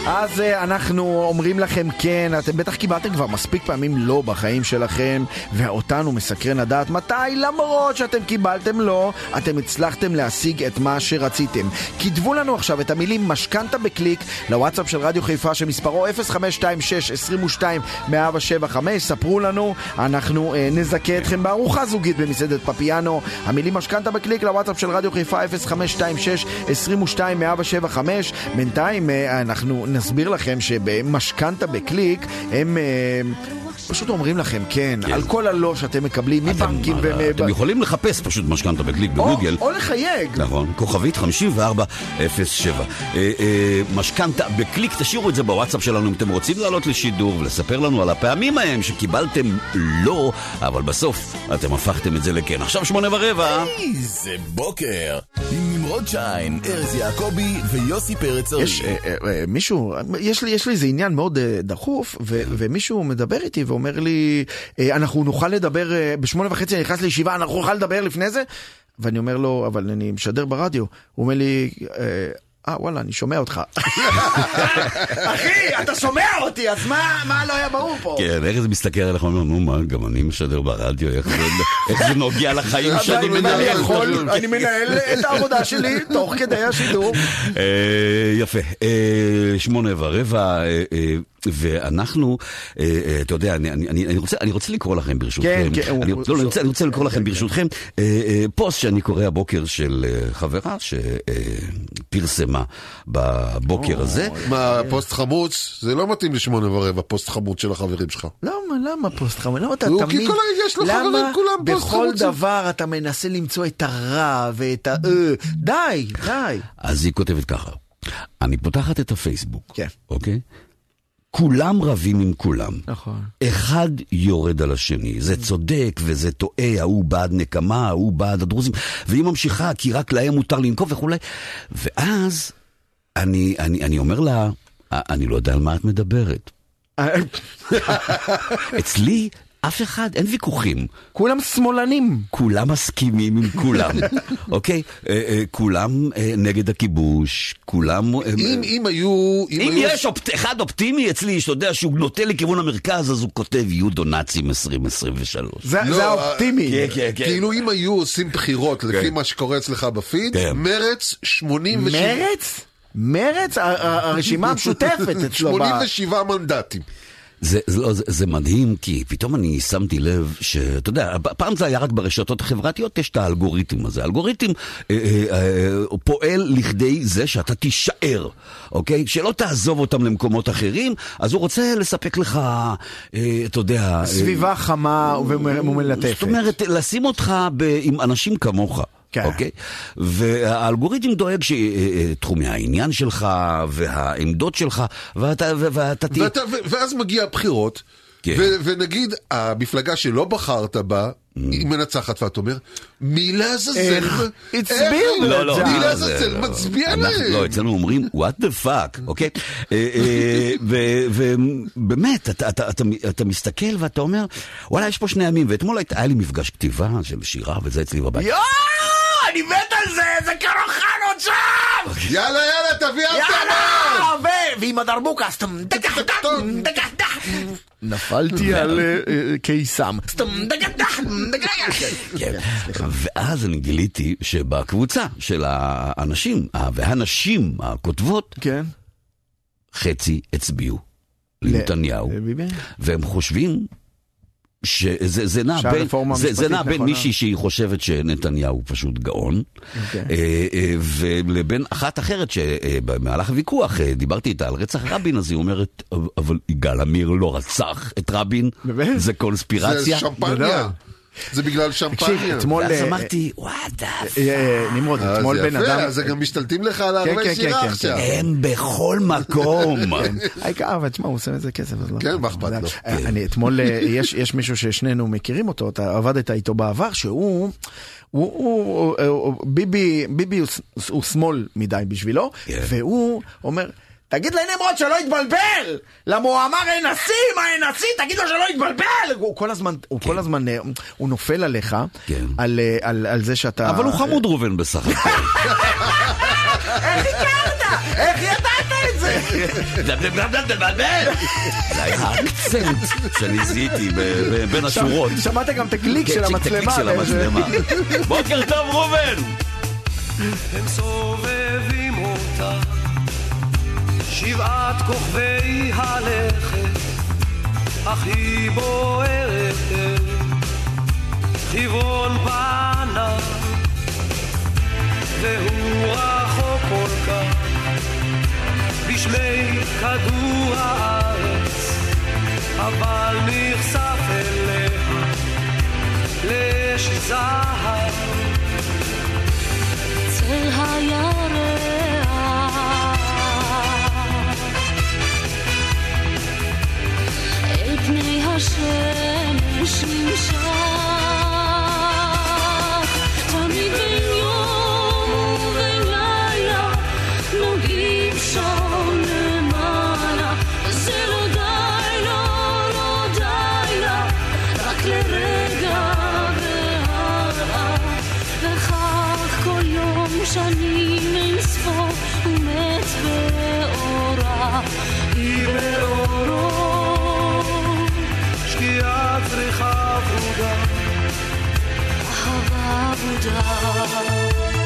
אז אנחנו אומרים לכם כן, אתם בטח קיבלתם כבר מספיק פעמים לא בחיים שלכם, ואותנו מסקרן לדעת מתי, למרות שאתם קיבלתם לא, אתם הצלחתם להשיג את מה שרציתם. כתבו לנו עכשיו את המילים משכנתה בקליק לוואטסאפ של רדיו חיפה שמספרו 0526-22-175. ספרו לנו, אנחנו נזכה אתכם בארוחה זוגית במסעדת פפיאנו. המילים משכנתה בקליק לוואטסאפ של רדיו חיפה 0526-22-175. בינתיים אנחנו נסביר לכם שבמשכנתה בקליק הם פשוט אומרים לכם כן, על כל הלא שאתם מקבלים מבנקים אתם יכולים לחפש פשוט משכנתה בקליק בגוגל. או לחייג. נכון, כוכבית 5407. משכנתה בקליק, תשאירו את זה בוואטסאפ שלנו אם אתם רוצים לעלות לשידור ולספר לנו על הפעמים ההם שקיבלתם לא, אבל בסוף אתם הפכתם את זה לכן. עכשיו 8:15. איזה בוקר עם נמרוד שיין, ארז יעקבי ויוסי פרץ ארי. מישהו, יש לי איזה עניין מאוד דחוף, ומישהו מדבר איתי ואומר לי, אנחנו נוכל לדבר, ב8:30 אני נכנס לישיבה, אנחנו נוכל לדבר לפני זה? ואני אומר לו, אבל אני משדר ברדיו. הוא אומר לי, וואלה, אני שומע אותך. אחי, אתה שומע אותי, אז מה לא היה ברור פה? כן, איך זה מסתכל עליך, אומר, נו מה, גם אני משדר ברדיו, איך זה נוגע לחיים שאני מנהל? אני מנהל את העבודה שלי תוך כדי השידור. יפה, 8:15, ואנחנו, אתה יודע, אני רוצה לקרוא לכם ברשותכם. אני רוצה לקרוא לכם ברשותכם פוסט שאני קורא הבוקר של חברה שפרסמה בבוקר הזה. מה, פוסט חמוץ? זה לא מתאים ל8:15, פוסט חמוץ של החברים שלך. למה פוסט חמוץ? למה אתה תמיד... למה בכל דבר אתה מנסה למצוא את הרע ואת ה... די. אז היא כותבת ככה, אני פותחת את הפייסבוק, אוקיי? כולם רבים עם כולם. נכון. אחד יורד על השני. זה צודק וזה טועה, ההוא בעד נקמה, ההוא בעד הדרוזים. והיא ממשיכה, כי רק להם מותר לנקוב וכו'. ואז אני אומר לה, אני לא יודע על מה את מדברת. אצלי אף אחד, אין ויכוחים. כולם שמאלנים. כולם מסכימים עם כולם. אוקיי? כולם נגד הכיבוש, כולם... אם היו... אם יש אחד אופטימי אצלי, שאתה יודע שהוא נוטה לכיוון המרכז, אז הוא כותב יודו נאצים 2023. זה האופטימי. כאילו אם היו עושים בחירות לפי מה שקורה אצלך בפיד, מרץ 87... מרץ? הרשימה המשותפת אצלו. 87 מנדטים. זה מדהים, כי פתאום אני שמתי לב שאתה יודע, פעם זה היה רק ברשתות החברתיות, יש את האלגוריתם הזה. האלגוריתם פועל לכדי זה שאתה תישאר, אוקיי? שלא תעזוב אותם למקומות אחרים, אז הוא רוצה לספק לך, אתה יודע... סביבה חמה ומלטפת. זאת אומרת, לשים אותך עם אנשים כמוך. אוקיי? והאלגוריתם דואג שתחומי העניין שלך והעמדות שלך ואז מגיע הבחירות ונגיד המפלגה שלא בחרת בה היא מנצחת ואת אומר מילה זזל מילה זזל מצביע להם. לא, אצלנו אומרים what the fuck, אוקיי? ובאמת אתה מסתכל ואתה אומר וואלה יש פה שני ימים, ואתמול היה לי מפגש כתיבה של שירה וזה אצלי בבית. אני מת על זה, זה קרוחן עוד שם! יאללה, תביא אותנו! ועם הדרבוקה, נפלתי על קיסם. ואז אני גיליתי שבקבוצה של האנשים והנשים הכותבות, חצי הצביעו לנתניהו, והם חושבים שזה נע בין מישהי שהיא חושבת שנתניהו פשוט גאון, ולבין אחת אחרת שבמהלך הוויכוח דיברתי איתה על רצח רבין, אז היא אומרת, אבל יגאל עמיר לא רצח את רבין, זה קונספירציה. זה שמפניה. זה בגלל שמפניה. ואז אמרתי, נמרוד, אתמול בן אדם... אז גם משתלטים לך על הרבה שירה עכשיו. הם בכל מקום. העיקר, אבל תשמע, הוא עושה איזה כסף, אז לא. כן, מה אכפת לו. אתמול, יש מישהו ששנינו מכירים אותו, אתה עבדת איתו בעבר, שהוא... ביבי הוא שמאל מדי בשבילו, והוא אומר... תגיד לנמרוד שלא יתבלבל! למה הוא אמר הנשיא, תגיד לו שלא יתבלבל! הוא כל הזמן, הוא נופל עליך, על זה שאתה... אבל הוא חמוד רובן בסך הכל. איך הכרת? איך ידעת את זה? זה היה האקצנט שאני זיהיתי בין השורות. שמעת גם את הקליק של המצלמה. בוקר טוב רובן. הם סובבים אותה, שבעת כוכבי הלכת, אך היא בוערת חברון פנה, והוא רחוק כל כך בשמי כדור הארץ, אבל נחשף אליה לשזהר צל הירח אל פני השמש נמשך תמיד בין יום ולילה נוגעים שם למעלה זה לא די, לא די לה רק לרגע והלאה וכך כל יום שנים אין ספור ומת באורה היא באורו שקיעה צריכה עבודה אהבה עבודה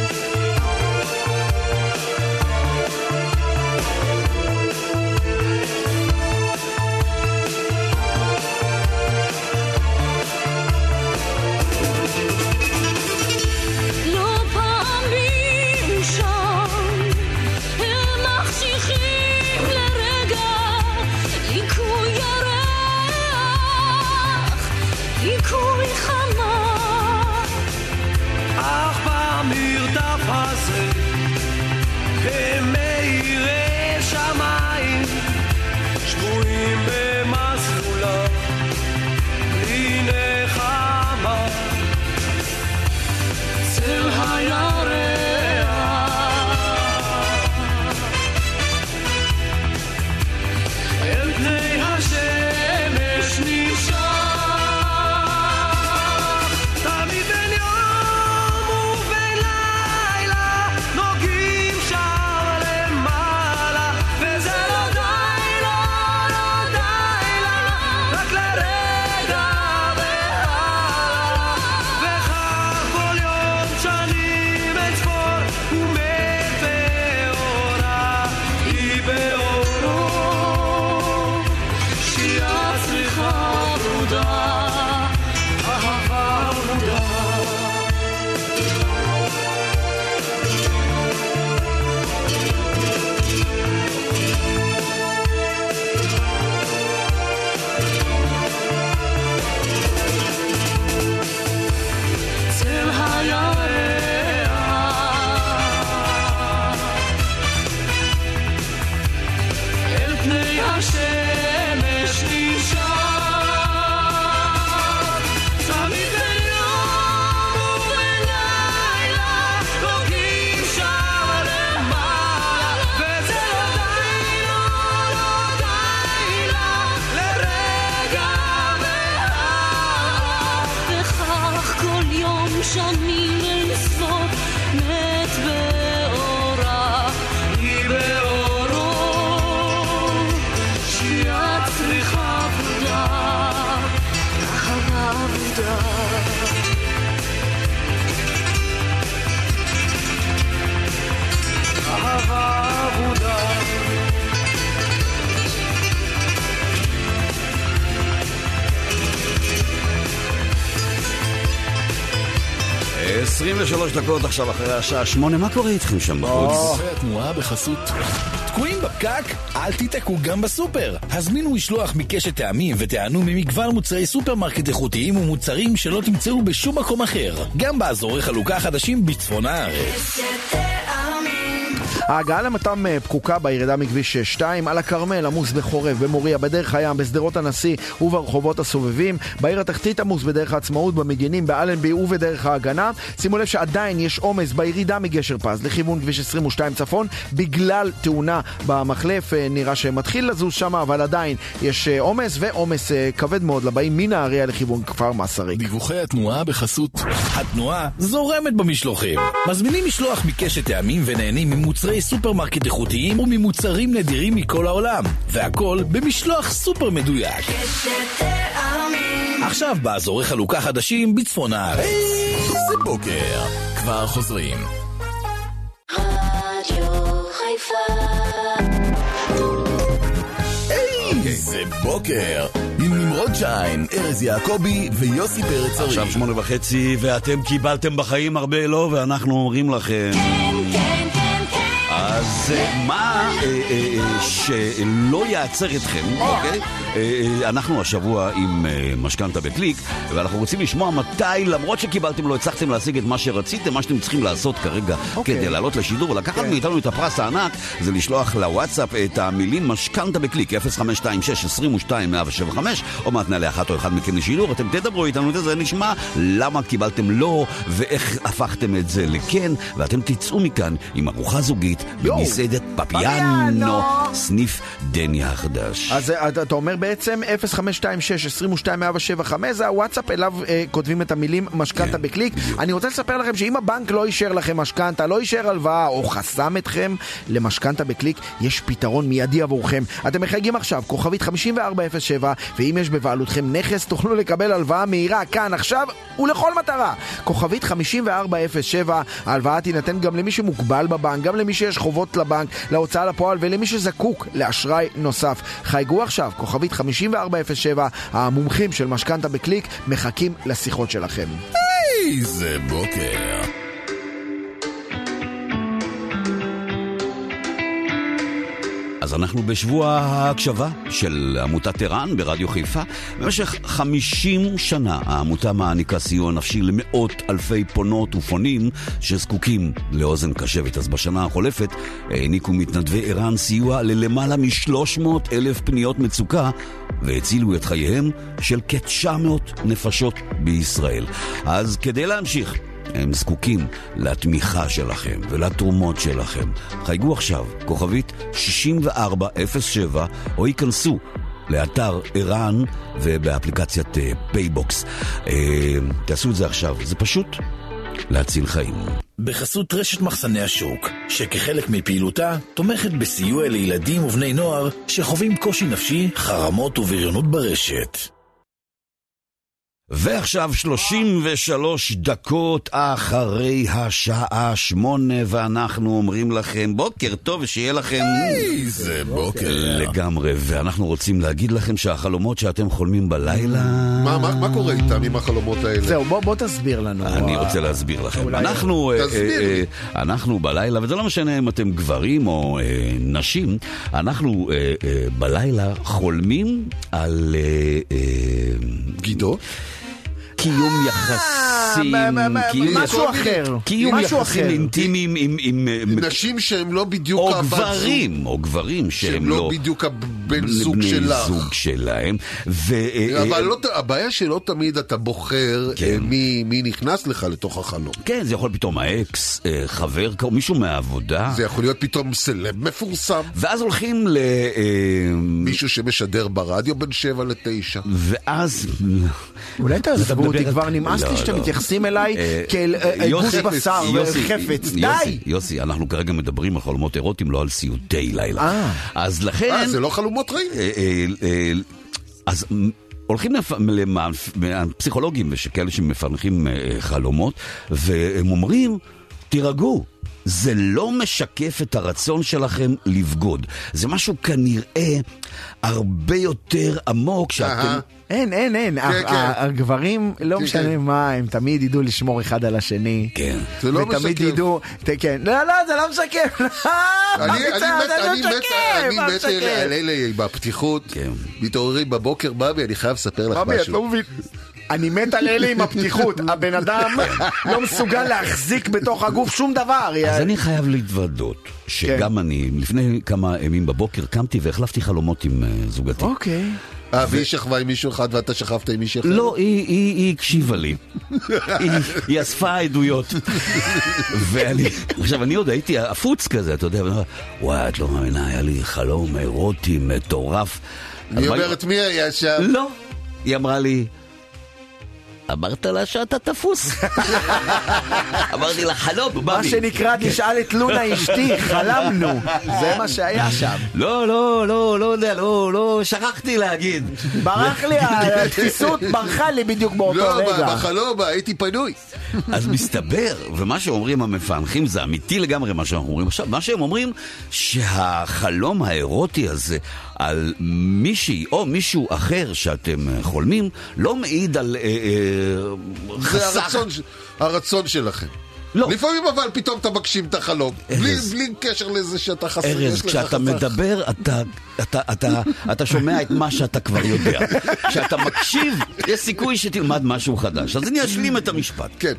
דקות עכשיו אחרי השעה 8, מה קורה איתכם שם בחוץ? התנועה בחסות תקועים בפקק? אל תיתקעו גם בסופר. הזמינו משלוח מקשת טעמים ותענו ממגוון מוצרי סופרמרקט איכותיים ומוצרים שלא תמצאו בשום מקום אחר. גם באזורי חלוקה חדשים בצפון הארץ. ההגעה למתם פקוקה בירידה מכביש 2 על הכרמל, עמוס בחורב, במוריה, בדרך הים, בשדרות הנשיא וברחובות הסובבים, בעיר התחתית עמוס בדרך העצמאות, במגינים, באלנבי ובדרך ההגנה. שימו לב שעדיין יש עומס בירידה מגשר פז לכיוון כביש 22 צפון בגלל תאונה במחלף, נראה שמתחיל לזוז שם, אבל עדיין יש עומס ועומס כבד מאוד לבאים מנהריה לכיוון כפר מסריק. דיווחי התנועה בחסות התנועה זורמת במשלוחים. מזמינים משלוח מקשת טעמים ונהנים ממוצרי מוצרי סופרמרקט איכותיים וממוצרים נדירים מכל העולם, והכל במשלוח סופר מדויק. עכשיו באזורי חלוקה חדשים בצפון הארץ. זה בוקר, כבר חוזרים. רדיו חיפה. זה בוקר עם נמרוד שיין, ארז יעקבי ויוסי פרץ ארי. עכשיו 8:30 ואתם קיבלתם בחיים הרבה לא, ואנחנו אומרים לכם כן, כן, כן, כן. אז מה שלא יעצר אתכם, אוקיי? אנחנו השבוע עם משכנתה בקליק, ואנחנו רוצים לשמוע מתי, למרות שקיבלתם לא הצלחתם להשיג את מה שרציתם, מה שאתם צריכים לעשות כרגע כדי לעלות לשידור ולקחת מאיתנו את הפרס הענק, זה לשלוח לוואטסאפ את המילים משכנתה בקליק 0526-22-175, או מעט נעלה אחת או אחד מכם לשידור. אתם תדברו איתנו, זה נשמע למה קיבלתם לא ואיך הפכתם את זה לכן, ואתם תצאו מכאן עם ארוחה זוגית במסעדת פפיאנו, סניף דניה החדש. אז אתה אומר בעצם 0526-22-175, זה הוואטסאפ אליו כותבים את המילים משכנתה בקליק. אני רוצה לספר לכם שאם הבנק לא אישר לכם משכנתה, לא אישר הלוואה או חסם אתכם למשכנתה בקליק, יש פתרון מיידי עבורכם. אתם מחייגים עכשיו כוכבית 5407, ואם יש בבעלותכם נכס תוכלו לקבל הלוואה מהירה כאן עכשיו ולכל מטרה. כוכבית 5407, ההלוואה תינתן גם למי שמוגבל בבנק, גם למי שיש חובות לבנק, להוצאה לפועל ולמי שזקוק לאשראי נוסף. חייגו עכשיו כוכבית 5407, המומחים של משכנתה בקליק מחכים לשיחות שלכם. זה בוקר. אז אנחנו בשבוע ההקשבה של עמותת ערן ברדיו חיפה. במשך 50 שנה העמותה מעניקה סיוע נפשי למאות אלפי פונות ופונים שזקוקים לאוזן קשבת. אז בשנה החולפת העניקו מתנדבי ערן סיוע ללמעלה מ-300,000 פניות מצוקה, והצילו את חייהם של כ-900 נפשות בישראל. אז כדי להמשיך, הם זקוקים לתמיכה שלכם ולתרומות שלכם. חייגו עכשיו, כוכבית 6407, או ייכנסו לאתר ערן ובאפליקציית פייבוקס. תעשו את זה עכשיו, זה פשוט להציל חיים. בחסות רשת מחסני השוק, שכחלק מפעילותה תומכת בסיוע לילדים ובני נוער שחווים קושי נפשי, חרמות ובריונות ברשת. ועכשיו 33 דקות אחרי השעה 8, ואנחנו אומרים לכם בוקר טוב ושיהיה לכם זה בוקר לגמרי. ואנחנו רוצים להגיד לכם שהחלומות שאתם חולמים בלילה, מה קורה איתם עם החלומות האלה? זהו, בוא תסביר לנו. אני רוצה להסביר לכם. אנחנו בלילה, וזה לא משנה אם אתם גברים או נשים, אנחנו בלילה חולמים על גידו? קיום יחסים, משהו אחר, קיום יחסים אינטימיים עם נשים שהם לא בדיוק או גברים שהם לא בדיוק הבן זוג שלך, שלהם. אבל הבעיה שלא תמיד אתה בוחר מי נכנס לך לתוך החלום. כן, זה יכול פתאום האקס, חבר, מישהו מהעבודה, זה יכול להיות פתאום סלב מפורסם, ואז הולכים מישהו שמשדר ברדיו בין 7 ל-9, ואז אולי תעזבו אותי, כבר נמאס לי שאתם מתייחסים אליי כאל גוש בשר וחפץ. די! יוסי, אנחנו כרגע מדברים על חלומות אירוטיים, לא על סיוטי לילה. אז לכן זה לא חלומות רעים. אז הולכים לפסיכולוגים ושכאלה שמפרנחים חלומות, והם אומרים, תירגעו, זה לא משקף את הרצון שלכם לבגוד. זה משהו כנראה הרבה יותר עמוק שאתם... אין. הגברים, לא משנה מה, הם תמיד ידעו לשמור אחד על השני. כן. זה לא משקף. ותמיד ידעו... כן. לא, זה לא משקף. אני מת על אלה בפתיחות. מתעוררים בבוקר, בבי, אני חייב לספר לך בבי, את משהו. לא מבין. אני מת על אלה עם הפתיחות. הבן אדם לא מסוגל להחזיק בתוך הגוף שום דבר. אז אני חייב להתוודות שגם אני, לפני כמה ימים בבוקר, קמתי והחלפתי חלומות עם זוגתי. אוקיי. והיא שכבה עם מישהו אחד ואתה שכבת עם מישהו אחד? לא, היא הקשיבה לי. היא אספה עדויות. עכשיו, אני עוד הייתי אפוץ כזה, אתה יודע, וואי, את לא מאמינה, היה לי חלום אירוטי מטורף. היא אומרת, מי היה שם? לא. היא אמרה לי, אמרת לה שאתה תפוס. אמרתי לה, חלום, מה שנקרא, תשאל את לונה אשתי, חלמנו. זה מה שהיה שם. לא, שכחתי להגיד. ברח לי, התפיסות ברחה לי בדיוק באותו רגע. לא, בחלום, הייתי פנוי. אז מסתבר, ומה שאומרים המפענחים זה אמיתי לגמרי מה שאנחנו אומרים עכשיו, מה שהם אומרים שהחלום האירוטי הזה על מישהי או מישהו אחר שאתם חולמים לא מעיד על זה הרצון שלכם. לא. לפעמים אבל פתאום אתה מגשים את החלום בלי קשר לזה שאתה חסר. ארז, כשאתה מדבר אתה שומע את מה שאתה כבר יודע. כשאתה מקשיב יש סיכוי שתלמד משהו חדש. אז אני אשלים את המשפט. כן.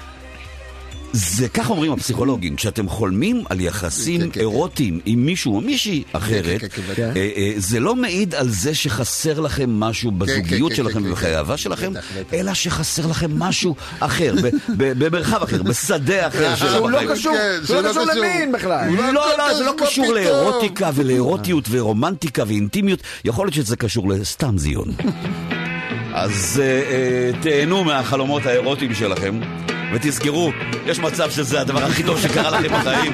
זה כך אומרים הפסיכולוגים, כשאתם חולמים על יחסים אירוטיים עם מישהו או מישהי אחרת, זה לא מעיד על זה שחסר לכם משהו בזוגיות שלכם ובחיי האהבה שלכם, אלא שחסר לכם משהו אחר, במרחב אחר, בשדה אחר של שהוא החיים. לא קשור למין בכלל. לא, זה לא קשור לאירוטיקה ולאירוטיות ורומנטיקה ואינטימיות, יכול להיות שזה קשור לסתם זיון. אז תהנו מהחלומות האירוטיים שלכם ותזכרו, יש מצב שזה הדבר הכי טוב שקרה לכם בחיים.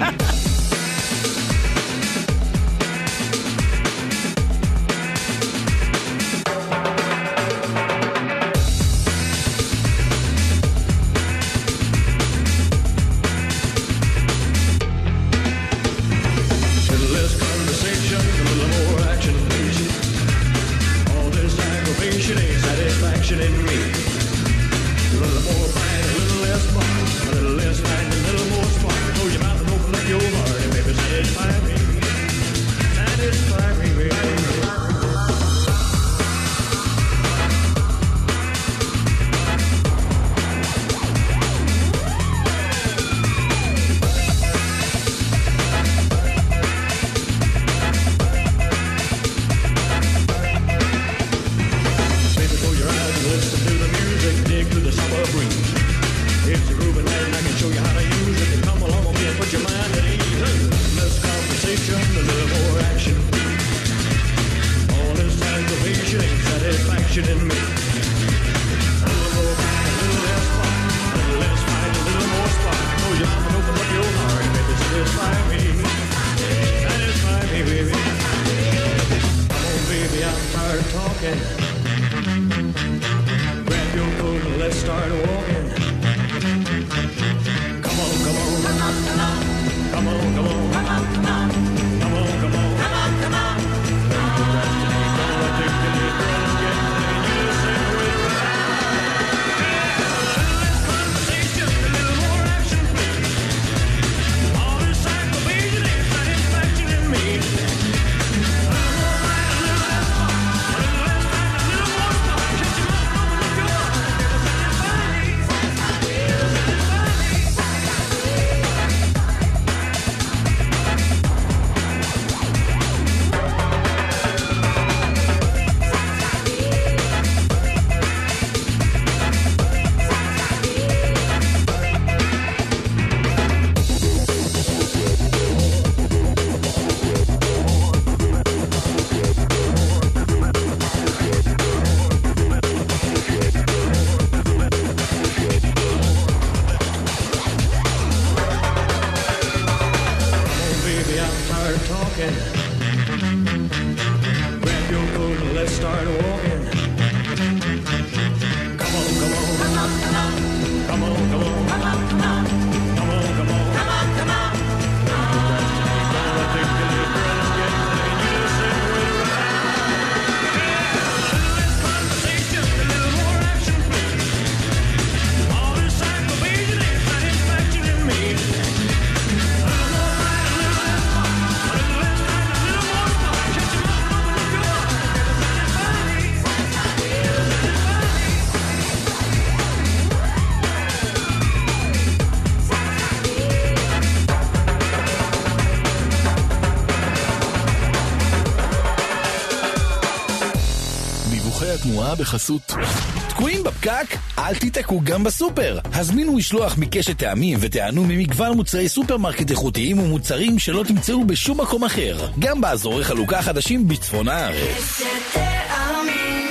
התנועה בחסות תקועים בפקק? אל תיתקעו גם בסופר. הזמינו משלוח מקשת טעמים ותענו ממגוון מוצרי סופרמרקט איכותיים ומוצרים שלא תמצאו בשום מקום אחר, גם באזורי חלוקה חדשים בצפון הארץ.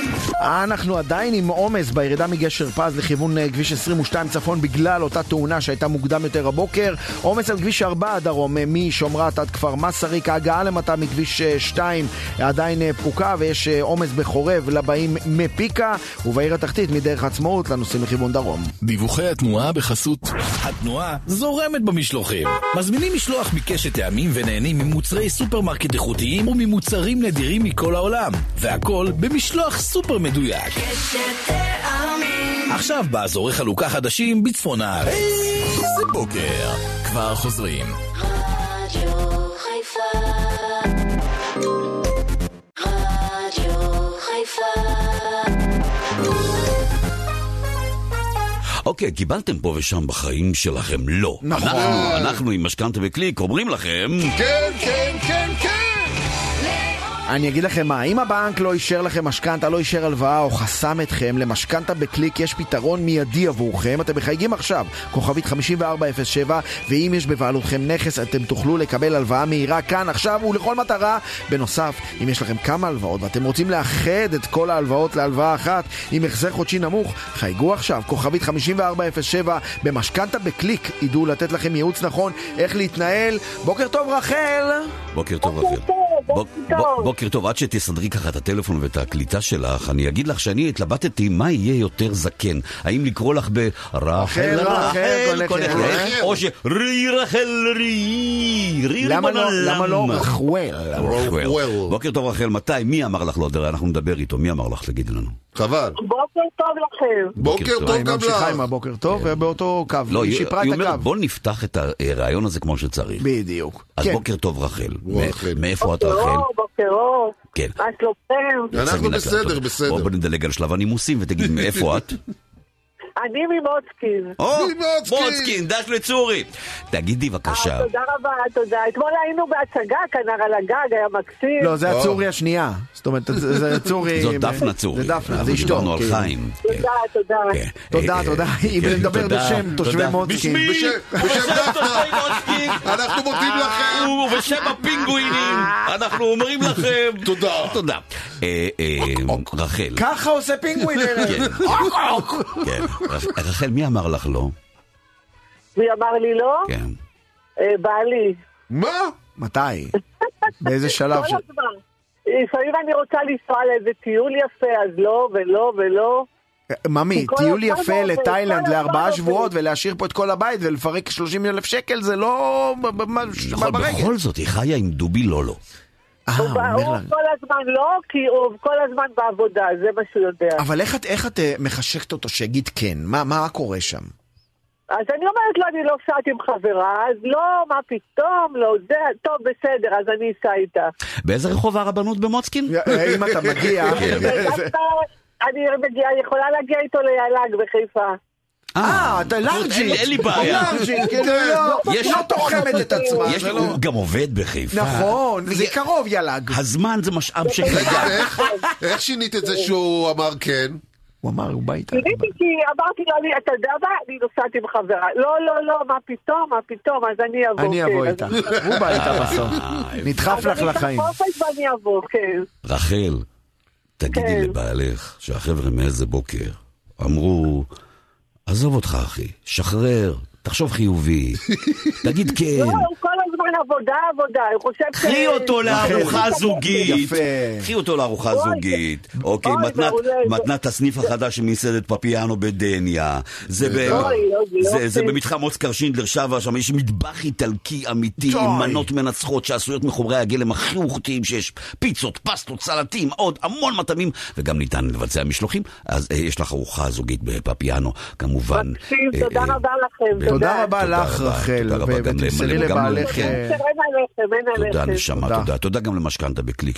אנחנו עדיין עם עומס בירידה מגשר פז לכיוון כביש 22 צפון בגלל אותה תאונה שהייתה מוקדם יותר הבוקר. עומס על כביש 4 דרום משומרת עד כפר מסריק. ההגעה למטה מכביש 2 עדיין פקוקה ויש עומס בחורב לבאים מפיקה, ובעיר התחתית מדרך עצמאות לנוסעים לכיוון דרום. דיווחי התנועה בחסות התנועה זורמת במשלוחים. מזמינים משלוח מקשת טעמים ונהנים ממוצרי סופרמרקט איכותיים וממוצרים נדירים מכל העולם, והכל במשלוח סופר מדויק. עכשיו באזורי חלוקה חדשים בצפון הארץ. איזה בוקר, כבר חוזרים. רדיו חיפה, רדיו חיפה. אוקיי, קיבלתם פה ושם בחיים שלכם? לא. נכון. אנחנו עם משכנתה בקליק אומרים לכם... כן, כן, כן, כן! אני אגיד לכם מה, אם הבנק לא אישר לכם משכנתה, לא אישר הלוואה או חסם אתכם, למשכנתה בקליק יש פתרון מיידי עבורכם. אתם מחייגים עכשיו, כוכבית 5407, ואם יש בבעלותכם נכס, אתם תוכלו לקבל הלוואה מהירה כאן, עכשיו ולכל מטרה. בנוסף, אם יש לכם כמה הלוואות ואתם רוצים לאחד את כל ההלוואות להלוואה אחת עם החזר חודשי נמוך, חייגו עכשיו, כוכבית 5407, במשכנתה בקליק ידעו לתת לכם ייעוץ נכון איך להתנהל. בוקר טוב רחל. בוקר טוב רחל. בוקר טוב, עד שתסדרי ככה את הטלפון ואת הקליטה שלך, אני אגיד לך שאני התלבטתי מה יהיה יותר זקן. האם לקרוא לך ברחל, רחל, או שרי רחל רי. למה לא רחואל? בוקר טוב רחל, מתי? מי אמר לך לא? אנחנו נדבר איתו, מי אמר לך? תגידי לנו. חבל. בוקר טוב לכם. בוקר טוב גם לך. ממשיכה עם הבוקר טוב ובאותו קו. לא, היא אומרת בוא נפתח את הרעיון הזה כמו שצריך. בדיוק. אז בוקר טוב רחל. מאיפה את רחל? בוקר טוב. כן. מה שלומכם? אנחנו בסדר, בסדר. בוא נדלג על שלב הנימוסים ותגיד מאיפה את? אני ממוצקין. מוצקין, דש לצורי. תגידי בבקשה. תודה רבה, תודה. אתמול היינו בהצגה, כנר על הגג, היה מקסים. לא, זה הצורי השנייה. זאת אומרת, זה צורי... זאת דפנה צורי. זה דפנה, זה אשתו. דיברנו על חיים. תודה. אם נדבר בשם תושבי מוצקין. בשם דפנה. אנחנו מודים לכם. ובשם הפינגווינים. אנחנו אומרים לכם. תודה. רחל. ככה עושה פינגווין. כן. רחל, מי אמר לך לא? מי אמר לי לא? כן. בעלי. מה? מתי? באיזה שלב? לפעמים אני רוצה לנסוע לאיזה טיול יפה, אז לא, ולא. ממי, טיול יפה לתאילנד ל4 שבועות ולהשאיר פה את כל הבית ולפרק 30,000 שקל, זה לא... נכון, בכל זאת, היא חיה עם דובי לולו. הוא כל הזמן לא, כי הוא כל הזמן בעבודה, זה מה שהוא יודע. אבל איך את מחשקת אותו שיגיד כן? מה קורה שם? אז אני אומרת לו, אני לא סעת עם חברה, אז לא, מה פתאום, לא, זה, טוב, בסדר, אז אני אסע איתה. באיזה רחוב הרבנות במוצקין? אם אתה מגיע... אני יכולה להגיע איתו ליאלג בחיפה. אתה לארג'ית. אין לי בעיה. יש לא תוחמת את עצמה. הוא גם עובד בחיפה. נכון, זה קרוב ילג. הזמן זה משאב שחלגה. איך שינית את זה שהוא אמר כן? הוא אמר, הוא בא איתה. שיניתי כי אמרתי לו, אתה יודע מה? אני נוסעת עם חברה. לא, מה פתאום, אז אני אבוא איתה. הוא בא איתה בסוף. נדחף לך לחיים. ואני אבוא, כן. רחל, תגידי לבעלך שהחבר'ה מאיזה בוקר אמרו, עזוב אותך אחי, שחרר, תחשוב חיובי, תגיד כן. לא, הוא כל הזמן עבודה, הוא חושב קחי אותו לארוחה זוגית. קחי אותו לארוחה זוגית. אוקיי, מתנת הסניף החדש ממסעדת פפיאנו בדניה. זה במתחם אוסקר שינדלר שווה, שם יש מטבח איטלקי אמיתי עם מנות מנצחות שעשויות מחומרי הגלם הכי איכותיים שיש, פיצות, פסטות, סלטים, עוד המון מטעמים, וגם ניתן לבצע משלוחים. אז יש לך ארוחה זוגית בפפיאנו, כמובן. תודה רבה לכם. תודה רבה לך רחל, ותמסרי לבעלך. תודה נשמה, תודה גם למשכנתה בקליק,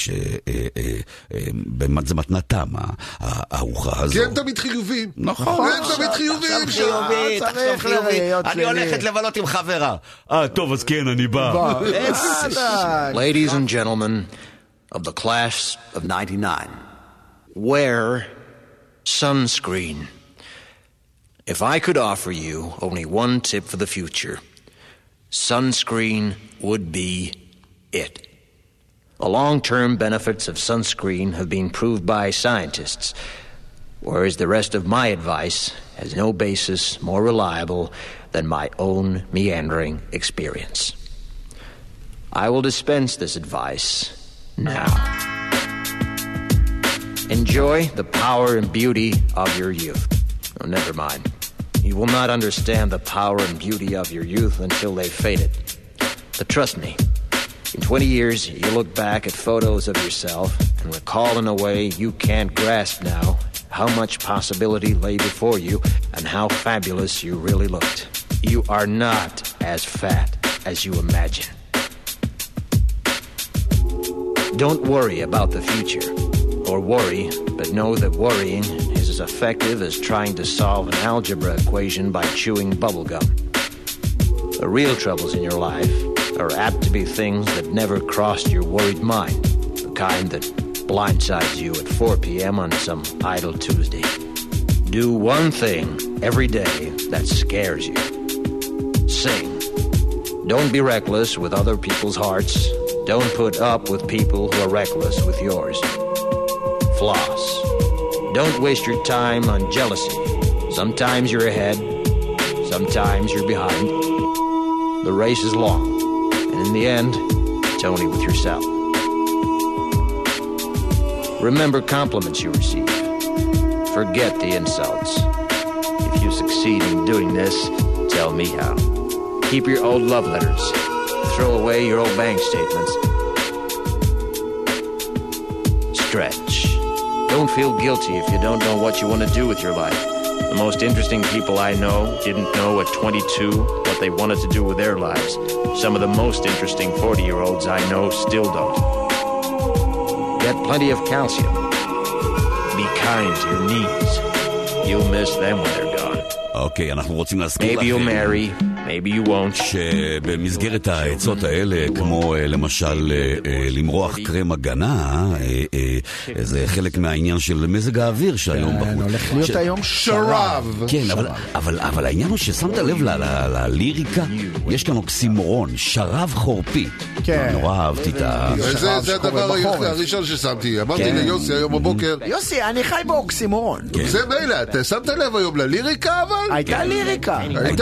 זה מתנתם הארוחה הזו. כי הם תמיד חיובים. נכון. הם תמיד חיובים. תחשוב חיובית. אני הולכת לבלות עם חברה. טוב, אז כן, אני בא. Ladies and gentlemen of the class of 99, wear sunscreen. If I could offer you only one tip for the future, sunscreen would be it. The long-term benefits of sunscreen have been proved by scientists. whereas the rest of my advice has no basis more reliable than my own meandering experience. I will dispense this advice now. Enjoy the power and beauty of your youth. Oh, never mind. You will not understand the power and beauty of your youth until they've faded. But trust me, in 20 years, you look back at photos of yourself and recall in a way you can't grasp now how much possibility lay before you and how fabulous you really looked. You are not as fat as you imagine. Don't worry about the future. Or worry, but know that worrying is as effective as trying to solve an algebra equation by chewing bubblegum. The real troubles in your life are apt to be things that never crossed your worried mind, the kind that blindsides you at 4 p.m. on some idle Tuesday. Do one thing every day that scares you. Sing. Don't be reckless with other people's hearts. Don't put up with people who are reckless with yours. Floss. Don't waste your time on jealousy. Sometimes you're ahead, sometimes you're behind. The race is long, and in the end, it's only with yourself. Remember compliments you receive. Forget the insults. If you succeed in doing this, tell me how. Keep your old love letters. Throw away your old bank statements. Stretch. Don't feel guilty if you don't know what you want to do with your life. The most interesting people I know didn't know at 22 what they wanted to do with their lives. Some of the most interesting 40-year-olds I know still don't. Get plenty of calcium. Be kind to your knees. You'll miss them when they're gone. אוקיי, אנחנו רוצים להזכיר לכם. Maybe you'll marry, maybe you won't. שבמסגרת העצות האלה, כמו למשל למרוח קרם הגנה, זה חלק מהעניין של מזג האוויר שהיום בחוץ. הולך להיות היום שרב. כן, אבל העניין הוא ששמת לב לליריקה, יש כאן אוקסימורון, שרב חורפי. כן. נורא אהבתי את ה... זה הדבר הראשון ששמתי. אמרתי ליוסי היום בבוקר. יוסי, אני חי באוקסימורון. זה מילא, אתה שמת לב היום לליריקה אבל? הייתה ליריקה.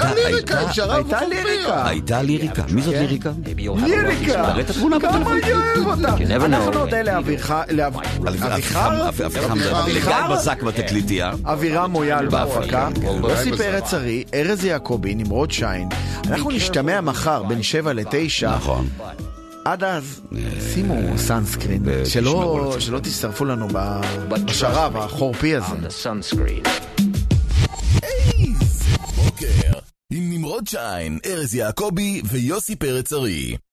הייתה ליריקה. מי זאת ליריקה? ליריקה. תראה את התמונה כמה אני אוהב אותה. אנחנו עוד אלה אביחר בזק בתקליטייה. אבירם מויאל בהפקה. יוסי פרץ ארי, ארז יעקבי, נמרוד שיין. אנחנו נשתמע מחר בין 7 ל-9. נכון. עד אז שימו סאנסקרין, שלא תשרפו לנו בשרב החורפי הזה. איזה בוקר עם נמרוד שיין, ארז יעקבי ויוסי פרץ ארי.